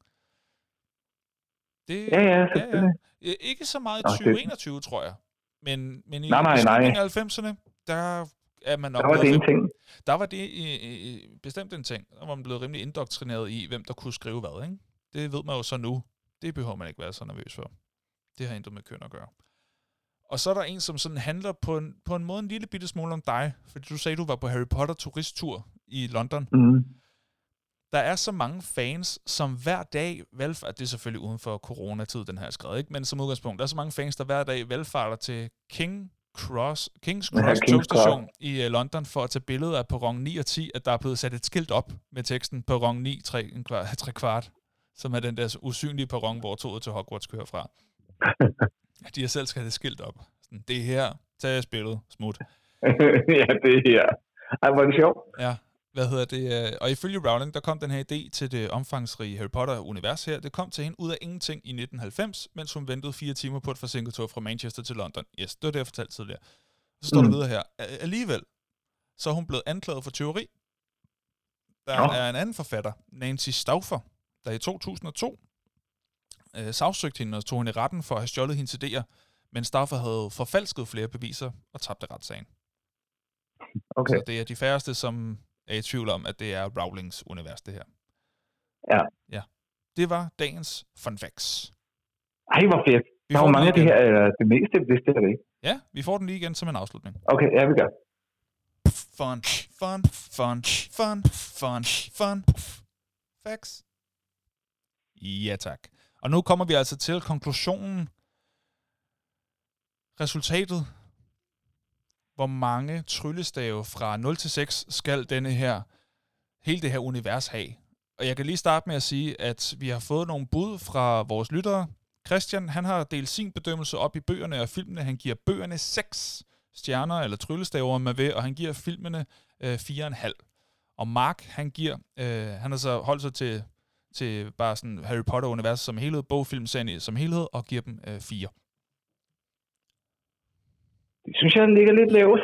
Det, ja, ja, ja, ja. Ikke så meget i tyve enogtyve, tror jeg. Men, men i, nej, nej, i slutningen af halvfemserne, der... Er man nok der var det en ting. Der var det øh, øh, bestemt en ting. Der var man blevet rimelig indoktrineret i, hvem der kunne skrive hvad, ikke? Det ved man jo så nu. Det behøver man ikke være så nervøs for. Det har intet med køn at gøre. Og så er der en, som sådan handler på en, på en måde en lille bitte smule om dig. Fordi du sagde, du var på Harry Potter turisttur i London. Mm. Der er så mange fans, som hver dag valgfarter, det er selvfølgelig uden for coronatid, den her skrevet, ikke? Men som udgangspunkt, der er så mange fans, der hver dag valgfarter til King Cross, King's Cross ja, togstation i uh, London for at tage billeder af perron ni og ti, at der er blevet sat et skilt op med teksten perron ni, tre kvart, som er den der usynlige perron, hvor toget til Hogwarts kører fra. De har selv skrevet et skilt op. Sådan, det er her, tag jeres billede, smut. Ja, det er her. Ej, hvor er det sjovt. Ja. Hvad hedder det? Og ifølge Rowling, der kom den her idé til det omfangsrige Harry Potter-univers her. Det kom til hende ud af ingenting i nitten halvfems, mens hun ventede fire timer på et forsinket tog fra Manchester til London. Yes, det var det, jeg fortalte tidligere. Så står mm. der videre her. Alligevel, så er hun blevet anklaget for tyveri. Der oh. er en anden forfatter, Nancy Stauffer, der i to tusind og to øh, sagsøgte hende og tog hende i retten for at have stjålet hendes idéer, men Stauffer havde forfalsket flere beviser og tabte retssagen. Okay. Så det er de færreste, som er i tvivl om, at det er Rowlings univers, det her. Ja. Ja. Det var dagens fun facts. Ej, hvor fedt. Vi Der får var den mange af lige det igen. her, øh, det meste vidste jeg det ikke. Ja, vi får den lige igen som en afslutning. Okay, ja, vi gør. Fun, fun, fun, fun, fun, fun, facts. Ja, tak. Og nu kommer vi altså til konklusionen. Resultatet. Hvor mange tryllestave fra nul til seks skal denne her, hele det her univers have? Og jeg kan lige starte med at sige, at vi har fået nogle bud fra vores lyttere. Christian, han har delt sin bedømmelse op i bøgerne og filmene. Han giver bøgerne seks stjerner, eller tryllestaver med ved, og han giver filmene øh, fire komma fem. Og Mark, han giver, øh, han har så holdt sig til, til bare sådan Harry Potter-univers som helhed, bogfilmserien som helhed, og giver dem øh, fire. Det synes jeg ligger lidt lavt.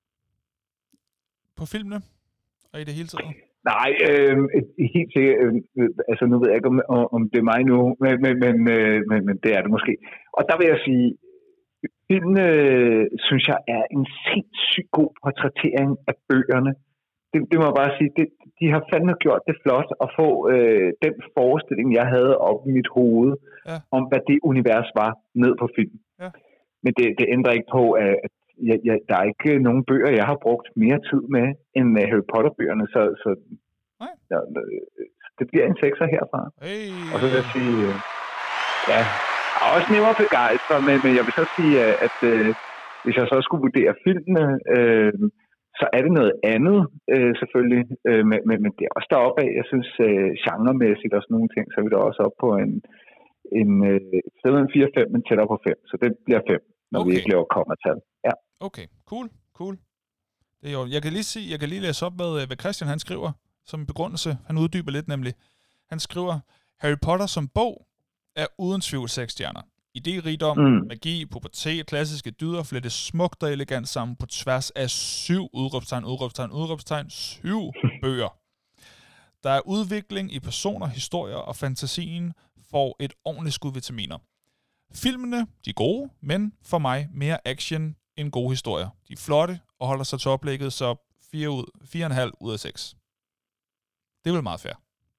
På filmene? Og i det hele taget? Nej, øh, helt sikkert. Øh, altså, nu ved jeg ikke, om, om det er mig nu, men, men, men, øh, men, men det er det måske. Og der vil jeg sige, filmene, øh, synes jeg, er en sindssygt god portrættering af bøgerne. Det, det må jeg bare sige, det, de har fandme gjort det flot at få øh, den forestilling, jeg havde op i mit hoved, ja. Om hvad det univers var, ned på film. Ja. Men det, det ændrer ikke på, at jeg, jeg, der er ikke nogen bøger, jeg har brugt mere tid med, end Harry Potter-bøgerne, så, så ja, det bliver en sekser herfra. Hey. Og så vil jeg sige, øh, ja, jeg er også nemmere begejstret, men, men jeg vil så sige, at, at øh, hvis jeg så skulle vurdere filmene, øh, så er det noget andet, øh, selvfølgelig, øh, men, men, men det er også deroppe af, jeg synes, øh, genremæssigt og sådan nogle ting, så er vi da også op på en, en øh, et sted en fire fem, men tættere på fem, så det bliver fem, når okay. vi ikke laver kommatal. Ja. Okay, cool, cool. Det er jo, jeg kan lige sige, jeg kan lige læse op med, hvad Christian han skriver som begrundelse. Han uddyber lidt nemlig. Han skriver, Harry Potter som bog er uden tvivl seks stjerner. Idérigdom, mm. magi, pubertet, klassiske dyder flettes smukt og elegant sammen på tværs af syv udråbstegn, udråbstegn, udråbstegn, syv bøger. Der er udvikling i personer, historier, og fantasien får et ordentligt skud vitaminer. Filmene, de er gode, men for mig mere action end gode historier. De er flotte og holder sig til oplægget, så fire ud, fire komma fem ud af seks. Det er vel meget fair.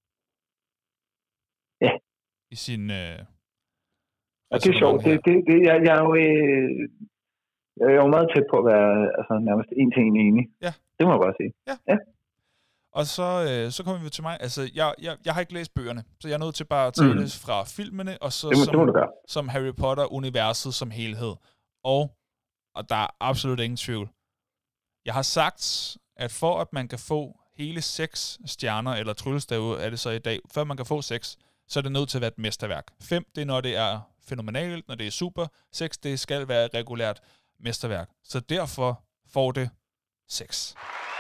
Ja. I sin... Øh, og det er sjovt. Det, det, det, jeg, jeg, er jo, øh, jeg er jo meget tæt på at være altså, nærmest en til en enig. Ja. Det må jeg bare sige. Ja. Ja. Og så, øh, så kommer vi til mig. Altså, jeg, jeg, jeg har ikke læst bøgerne, så jeg er nødt til bare at tage mm. det fra filmene, og så det må, som, det må du gøre. som Harry Potter-universet som helhed. Og, og der er absolut ingen tvivl. Jeg har sagt, at for at man kan få hele seks stjerner, eller tryllestave er det så i dag, før man kan få seks, så er det nødt til at være et mesterværk. Fem, det er når det er fænomenalt, når det er super. Seks, det skal være et regulært mesterværk. Så derfor får det seks.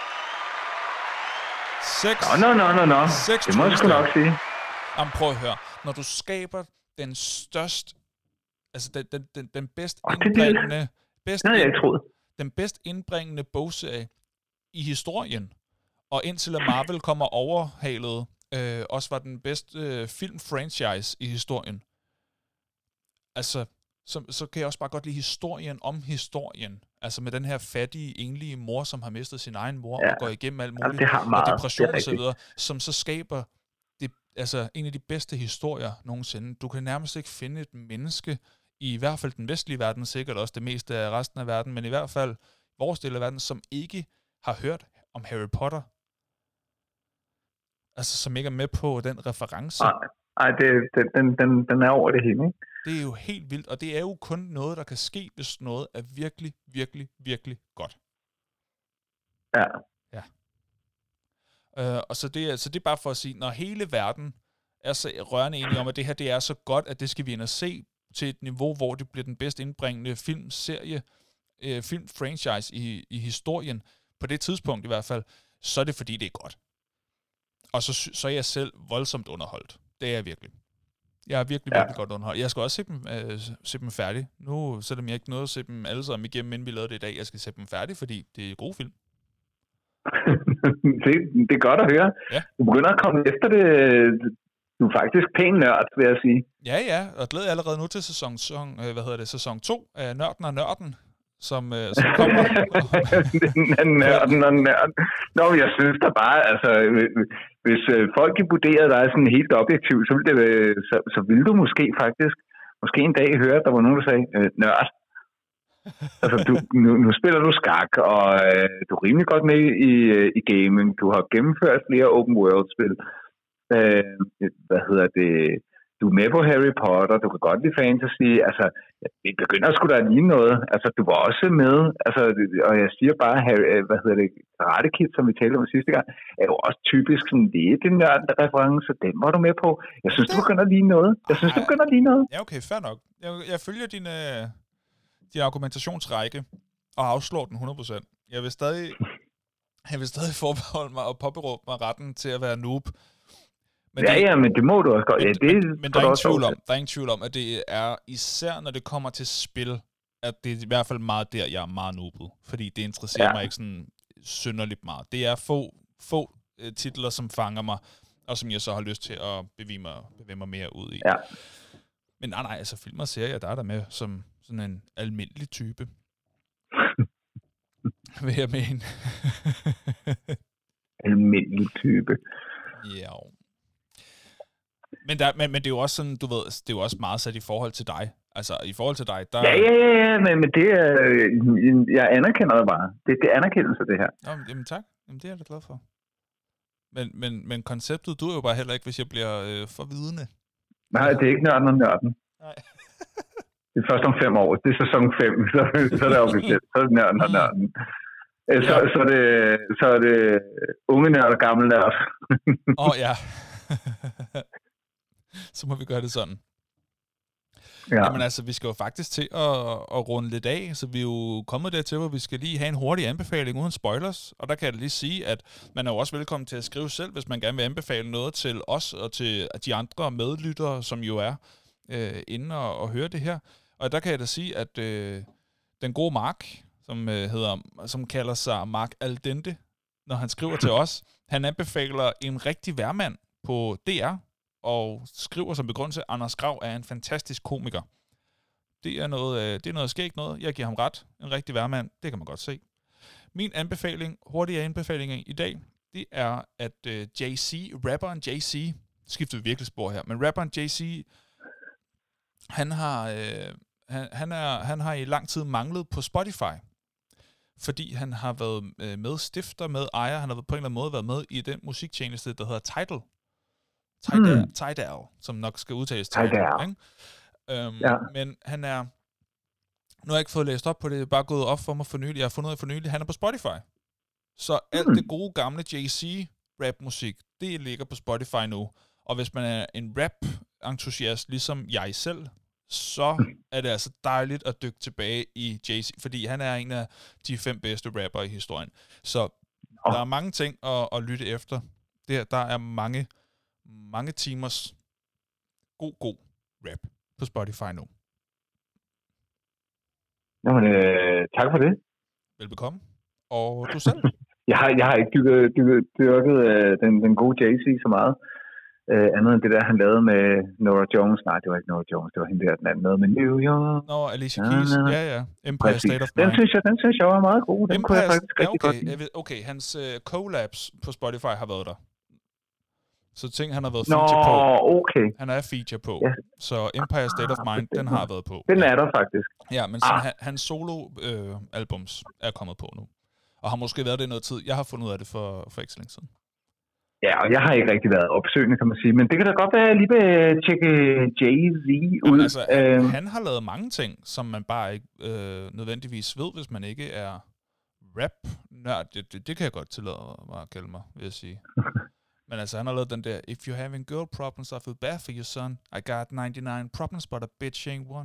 Seks. Nå, nå, nå, nå, nå. Seks det må jeg sgu nok sige. Jamen, prøv at høre. Når du skaber den største, altså den, den, den, den bedst oh, indbringende, bedst det, det jeg troet. den bedst indbringende bogserie i historien, og indtil at Marvel kommer overhalet, øh, også var den bedste øh, filmfranchise i historien. Altså, så, så kan jeg også bare godt lide historien om historien. Altså med den her fattige, enlige mor, som har mistet sin egen mor, ja. Og går igennem alt muligt, ja, og depression og så videre, som så skaber det, altså en af de bedste historier nogensinde. Du kan nærmest ikke finde et menneske, i hvert fald den vestlige verden, sikkert også det meste af resten af verden, men i hvert fald vores del af verden, som ikke har hørt om Harry Potter. Altså, som ikke er med på den reference. Nej, nej det, den, den, den er over det hele, ikke? Det er jo helt vildt, og det er jo kun noget, der kan ske, hvis noget er virkelig, virkelig, virkelig godt. Ja. Ja. Øh, og så det, så det er bare for at sige, når hele verden er så rørende enige om, at det her det er så godt, at det skal vi ind og se til et niveau, hvor det bliver den bedst indbringende filmserie, øh, filmfranchise i, i historien, på det tidspunkt i hvert fald, så er det fordi, det er godt. Og så, så er jeg selv voldsomt underholdt. Det er jeg virkelig. Jeg er virkelig, virkelig ja. godt underholdt. Jeg skal også se dem, øh, se dem færdig. Nu selvom jeg ikke nåede at se dem alle sammen igennem, inden vi lavede det i dag. Jeg skal se dem færdig, fordi det er gode film. det, det er godt at høre. Ja. Du begynder at komme efter det. Du er faktisk pæn nørd, vil jeg sige. Ja, ja. Og glæder allerede nu til sæson, sæson, øh, hvad hedder det, sæson to af Nørden og Nørden. som, øh, som kommer... nørden og nørden. Nå, jeg synes da bare, altså, hvis øh, folk vurderede dig sådan helt objektivt, så ville, det, øh, så, så ville du måske faktisk, måske en dag høre, at der var nogen, der sagde, øh, nørd. Altså, du, nu, nu spiller du skak, og øh, du er rimelig godt med i, øh, i gaming. Du har gennemført flere open world-spil. Øh, hvad hedder det... Du er med på Harry Potter, du kan godt lide fantasy, altså, det begynder sgu da at ligne noget, altså, du var også med, altså, og jeg siger bare, Harry, hvad hedder det, Karate Kid, som vi talte om sidste gang, er jo også typisk sådan lidt en nørden reference, den var du med på. Jeg synes, du begynder at ligne noget. Jeg synes, du begynder at ligne noget. Ja, okay, fair nok. Jeg, jeg følger din, øh, din argumentationsrække, og afslår den hundrede procent. Jeg vil stadig, jeg vil stadig forbeholde mig og påberåbe mig retten til at være noob. Men ja, det, ja, men det må du også godt. Men, ja, det, men, men der, er ingen tvivl om, der er ingen tvivl om, at det er især, når det kommer til spil, at det er i hvert fald meget der, jeg er meget noobet. Fordi det interesserer ja. mig ikke sådan synderligt meget. Det er få, få uh, titler, som fanger mig, og som jeg så har lyst til at bevæge mig, bevæge mig mere ud i. Ja. Men nej, nej, altså film og serier, der er der med som sådan en almindelig type. Vil jeg mene. Almindelig type. Ja. Men, der, men, men det er jo også sådan, du ved, det er jo også meget sat i forhold til dig. Altså, i forhold til dig, der... Ja, ja, ja, ja, men, men det er... Jeg anerkender det bare. Det, det er anerkendelse, det her. Jamen, jamen tak. Jamen, det er jeg da glad for. Men, men, men konceptet, du er jo bare heller ikke, hvis jeg bliver øh, for vidende. Nej, det er ikke nørden og nørden. Nej. Det er først om fem år. Det er sæson fem, så, så er det officielt. Så er det nørden og nørden. Så, ja. så, er det, så er det unge nørd og gammel nørd. Åh, oh, ja. Så må vi gøre det sådan. Ja. Jamen altså, vi skal jo faktisk til at, at runde lidt af, så vi er jo kommet dertil, hvor vi skal lige have en hurtig anbefaling uden spoilers, og der kan jeg lige sige, at man er jo også velkommen til at skrive selv, hvis man gerne vil anbefale noget til os og til de andre medlyttere, som jo er øh, inde og, og høre det her. Og der kan jeg da sige, at øh, den gode Mark, som, øh, hedder, som kalder sig Mark Aldente, når han skriver til os, han anbefaler En rigtig værmand på D R, og skriver som begrundelse, at Anders Grav er en fantastisk komiker. Det er noget, det er noget skægt noget. Jeg giver ham ret. En rigtig værmand, det kan man godt se. Min anbefaling, hurtige anbefaling i dag, det er, at uh, Jay-Z, rapperen Jay-Z, skiftet virkelig spor her, men rapperen Jay-Z, han har, øh, han, han, er, han har i lang tid manglet på Spotify, fordi han har været med stifter, med ejer, han har på en eller anden måde været med i den musiktjeneste, der hedder Tidal. Tidal, hmm. Tidal, som nok skal udtales til. Tidal. Øhm, ja. Men han er... Nu har jeg ikke fået læst op på det, det er bare gået op for mig for nylig. Jeg har fundet ud af for nylig, han er på Spotify. Så alt hmm. det gode gamle Jay-Z rap-musik, det ligger på Spotify nu. Og hvis man er en rap-entusiast, ligesom jeg selv, så er det altså dejligt at dykke tilbage i Jay-Z, fordi han er en af de fem bedste rapper i historien. Så oh. der er mange ting at, at lytte efter. Der, der er mange... mange timers god, god rap på Spotify nu. Jamen, øh, tak for det. Velbekomme. Og du selv? jeg, har, jeg har ikke dyrket, dyrket, dyrket øh, den, den gode Jay-Z så meget. Øh, andet end det der, han lavede med Norah Jones. Nej, det var ikke Norah Jones, det var hende der, den anden med med New York. Nå, Alicia Keys. Ja, ja. ja. Empire Præcis. State of Mind. Den synes jeg, den synes jeg var meget god. Den Empire, kunne jeg faktisk rigtig ja, okay. godt lide. Ved, okay, hans uh, collabs på Spotify har været der. Så ting, han har været feature Nå, på. okay. Han er feature på. Ja. Så Empire State of Mind, ah, den har været på. Den er der faktisk. Ja, men ah. han, hans solo-albums øh, er kommet på nu. Og har måske været det i noget tid. Jeg har fundet ud af det for, for ikke så længe siden. Ja, og jeg har ikke rigtig været opsøgende, kan man sige. Men det kan da godt være, at jeg lige vil tjekke Jay-Z ud. Jamen, altså, han, han har lavet mange ting, som man bare ikke øh, nødvendigvis ved, hvis man ikke er rap-nørd. Det, det, det kan jeg godt tillade mig at kalde mig, vil jeg sige. Men altså, han har lavet den der, if you're having girl problems, I feel bad for you, son. I got ninety-nine problems, but a bitch ain't one.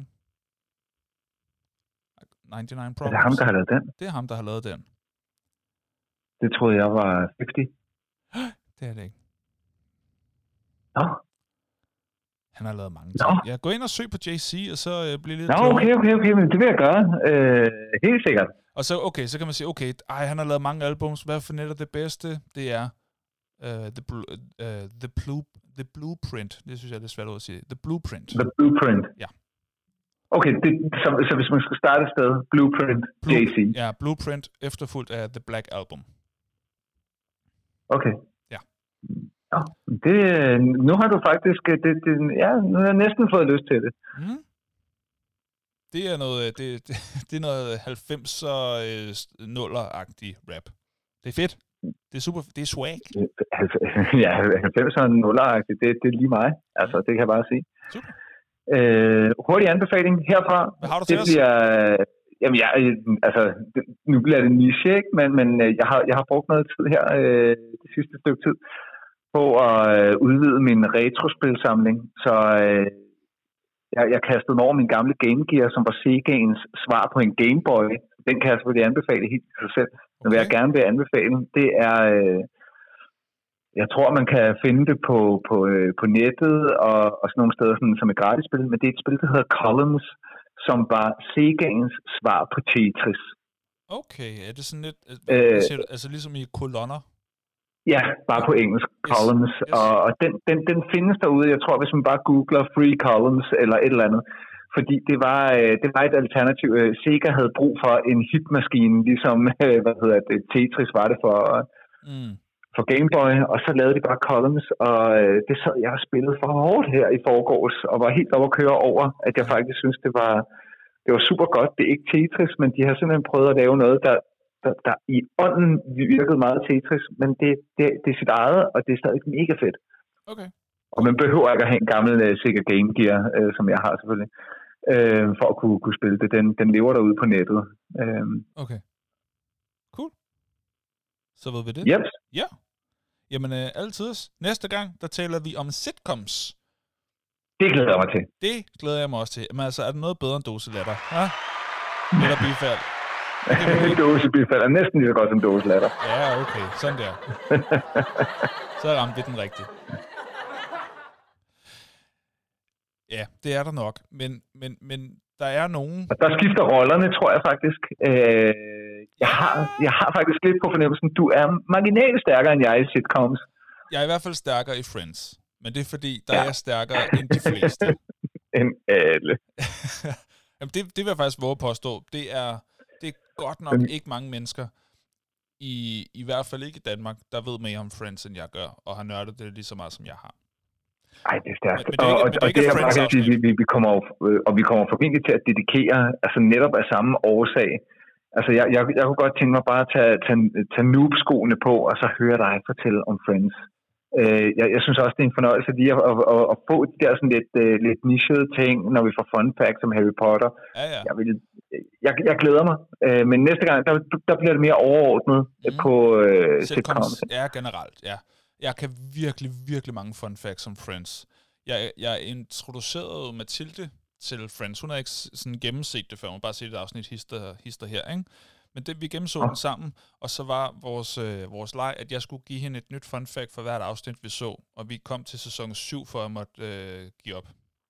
ninety-nine problems. Er det ham, der har lavet den? Det er ham, der har lavet den. Det troede jeg var halvtreds. Det er det ikke. Nå. Han har lavet mange ting. Ja, gå ind og søg på Jay-Z, og så øh, bliver lidt... Nå, okay, okay, okay, men det vil jeg gøre. Øh, helt sikkert. Og så, okay, så kan man sige, okay, ej, han har lavet mange albums. Hvad for netop det bedste? Det er... Uh, the, bl- uh, the, blue, the Blueprint. Det synes jeg, det er svært at sige. The Blueprint. The Blueprint. Ja. Okay, det, så, så hvis man skulle starte et sted, Blueprint, Blue, Jay-Z. Ja, Blueprint, efterfulgt af The Black Album. Okay. Ja. Ja, det, nu har du faktisk, det, det, ja, nu har jeg næsten fået lyst til det. Mm. Det er noget, det, det, det er noget halvfemser nuller-agtig rap. Det er fedt. Det er super, det er swag. Ja, halvfemser nuller-agtigt, det, det er lige mig. Altså, det kan jeg bare sige. Super. Øh, hurtig anbefaling herfra. Hvad har du det til os? Bliver, jamen, jeg, altså, det, nu bliver det niche, ikke? Men, men jeg, har, jeg har brugt noget tid her, øh, det sidste stykke tid, på at øh, udvide min retrospilsamling. Så øh, jeg, jeg kastede mig over min gamle Game Gear, som var Segaens svar på en Game Boy. Den kan jeg selvfølgelig anbefale helt til sig selv. Men okay. Hvad jeg gerne vil anbefale, det er... Øh, jeg tror, man kan finde det på, på, øh, på nettet og, og sådan nogle steder sådan, som et gratis spil, men det er et spil, der hedder Columns, som var Segaens svar på Tetris. Okay, er det sådan lidt, øh, siger du, altså ligesom i kolonner? Ja, bare på engelsk, yes. Columns, yes. og, og den, den, den findes derude, jeg tror, hvis man bare googler Free Columns eller et eller andet, fordi det var, det var et alternativ. Sega havde brug for en hitmaskine, ligesom hvad hedder det, Tetris var det for... Mm. for Game Boy, og så lavede de bare Columns, og øh, det sad jeg og spillede for hårdt her i forgårs, og var helt over at køre over, at jeg faktisk synes, det var, det var super godt. Det er ikke Tetris, men de har simpelthen prøvet at lave noget, der, der, der i ånden virkede meget Tetris, men det, det, det er sit eget, og det er stadig mega fedt. Okay. Og man behøver ikke at have en gammel uh, Sega Game Gear, uh, som jeg har selvfølgelig, uh, for at kunne, kunne spille det. Den, den lever derude på nettet. Uh, okay. Cool. Så ved vi det. Yep. Ja. Jamen, øh, altid. Næste gang, der taler vi om sitcoms. Det glæder jeg mig til. Det glæder jeg mig også til. Men altså, er der noget bedre end dåselatter? Ja? Eller bifald? Dåsebifald er næsten lige så godt som dåselatter. Ja, okay. Sådan der. Så ramte vi den rigtigt. Ja, det er der nok. Men, men, men der er nogen... Og der skifter rollerne, tror jeg faktisk. Øh, jeg, har, jeg har faktisk lidt på fornemmelsen, du er marginalt stærkere end jeg i sitcoms. Jeg er i hvert fald stærkere i Friends. Men det er fordi, der ja. er stærkere end de fleste. End alle. Jamen, det, det vil jeg faktisk våge påstå. Det er, det er godt nok mm. ikke mange mennesker, i, i hvert fald ikke i Danmark, der ved mere om Friends, end jeg gør, og har nørdet det lige så meget, som jeg har. Ej, det er stærkt. Men, men det er ikke, og, men det er og, ikke og det er faktisk, vi, vi, vi kommer, og vi kommer formentlig til at dedikere, altså netop af samme årsag. Altså, jeg, jeg, jeg kunne godt tænke mig bare at tage, tage, tage noob-skoene på, og så høre dig fortælle om Friends. Øh, jeg, jeg synes også, det er en fornøjelse lige at, at, at, at få de der sådan lidt, uh, lidt nichede ting, når vi får fun facts om Harry Potter. Ja, ja. Jeg, vil, jeg, jeg glæder mig. Øh, men næste gang, der, der bliver det mere overordnet mm. på uh, sitcoms. Ja, generelt, ja. Jeg kan virkelig, virkelig mange fun facts om Friends. Jeg, jeg introducerede Mathilde til Friends. Hun har ikke sådan gennemset det før. Hun har bare set et afsnit hister, hister her, ikke? Men det, vi gennemså ja. den sammen, og så var vores, øh, vores leg, at jeg skulle give hende et nyt fun fact for hvert afsnit, vi så. Og vi kom til sæson syv, for jeg måtte øh, give op.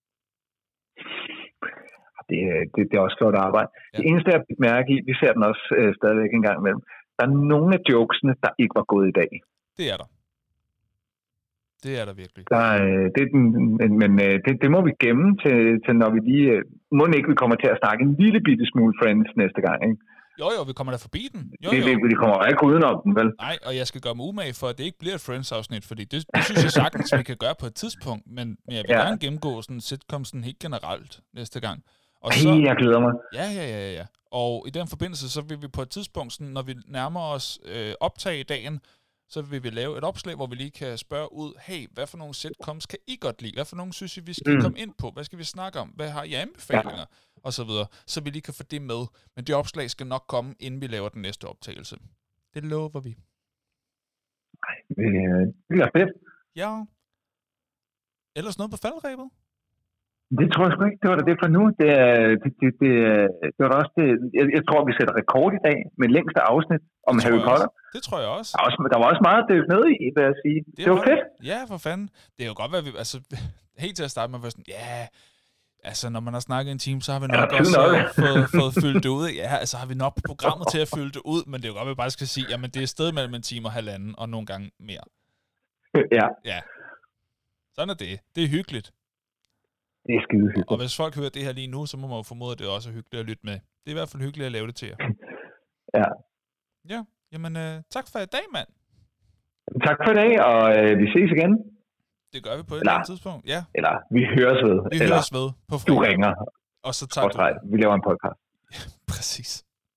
Det, det, det er også flot arbejde. Ja. Det eneste, jeg fik mærke i, vi ser den også øh, stadigvæk en gang imellem, der er nogle af jokesene, der ikke var gået i dag. Det er der. Det er der virkelig. Der, øh, det, men men øh, det, det må vi gemme til, til når vi lige... Øh, må ikke vi kommer til at snakke en lille bitte smule Friends næste gang, ikke? Jo, jo, vi kommer da forbi den. Jo, det, jo. Det, det kommer ikke udenom den, vel? Nej, og jeg skal gøre mig umage for, at det ikke bliver et Friends-afsnit, fordi det, det synes jeg sagtens, vi kan gøre på et tidspunkt, men, men jeg vil ja. gerne gennemgå sådan sitcomsen helt generelt næste gang. Og så, Ej, jeg glæder mig. Ja, ja, ja, ja. Og i den forbindelse, så vil vi på et tidspunkt, sådan, når vi nærmer os øh, optag i dagen, så vil vi lave et opslag, hvor vi lige kan spørge ud, hey, hvad for nogle sitcoms kan I godt lide? Hvad for nogle synes I, vi skal mm. komme ind på? Hvad skal vi snakke om? Hvad har I anbefalinger? Ja. Og så videre. Så vi lige kan få det med. Men det opslag skal nok komme, inden vi laver den næste optagelse. Det lover vi. Nej, det er fedt. Ja. Ellers noget på faldrebet? Det tror jeg sgu ikke. Det var da det for nu. Det, det, det, det, det var da også det. Jeg, jeg tror, vi sætter rekord i dag med længste afsnit om Harry Potter. Også. Det tror jeg også. Der var også, der var også meget dybt ned i, vil jeg sige. Det, det var, var fedt. Ja, for fanden. Det er jo godt, hvad vi... Altså, helt til at starte med, at sådan, ja... Altså, når man har snakket en time, så har vi nok ja, også uh, fået, fået fyldt det ud. Ja, altså har vi nok på programmet til at fylde det ud, men det er jo godt, at vi bare skal sige, jamen det er et sted mellem en time og halvanden, og nogle gange mere. Ja. Ja. Sådan er det. Det er hyggeligt. Det er skide hyggeligt. Og hvis folk hører det her lige nu, så må man jo formode, at det også er hyggeligt at lytte med. Det er i hvert fald hyggeligt at lave det til jer. Ja. Ja, jamen øh, tak for i dag, mand. Tak for i dag, og øh, vi ses igen. Det gør vi på et eller, eller andet tidspunkt. Ja. Eller vi høres ved. Vi eller, høres ved på fredag. Du ringer. Og så tager du... Vi laver en podcast. Ja, præcis.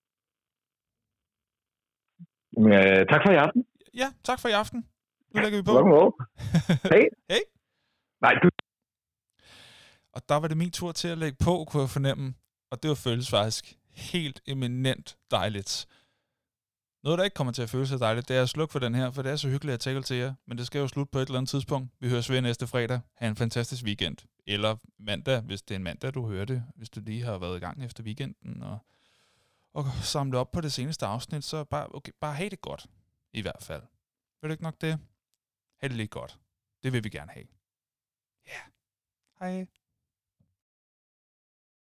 Men, øh, tak for i aften. Ja, tak for i aften. Nu lægger vi på. Hej. Hej. Nej, du... Og der var det min tur til at lægge på, kunne jeg fornemme. Og det var føles faktisk helt eminent dejligt. Noget, der ikke kommer til at føles så dejligt, det er at slukke for den her, for det er så hyggeligt at tale til jer. Men det skal jo slutte på et eller andet tidspunkt. Vi høres ved næste fredag. Ha' en fantastisk weekend. Eller mandag, hvis det er en mandag, du hører det. Hvis du lige har været i gang efter weekenden og, og samlet op på det seneste afsnit, så bare, okay, bare have det godt. I hvert fald. Vil du ikke nok det? Ha' det lidt godt. Det vil vi gerne have. Ja. Yeah. Hej.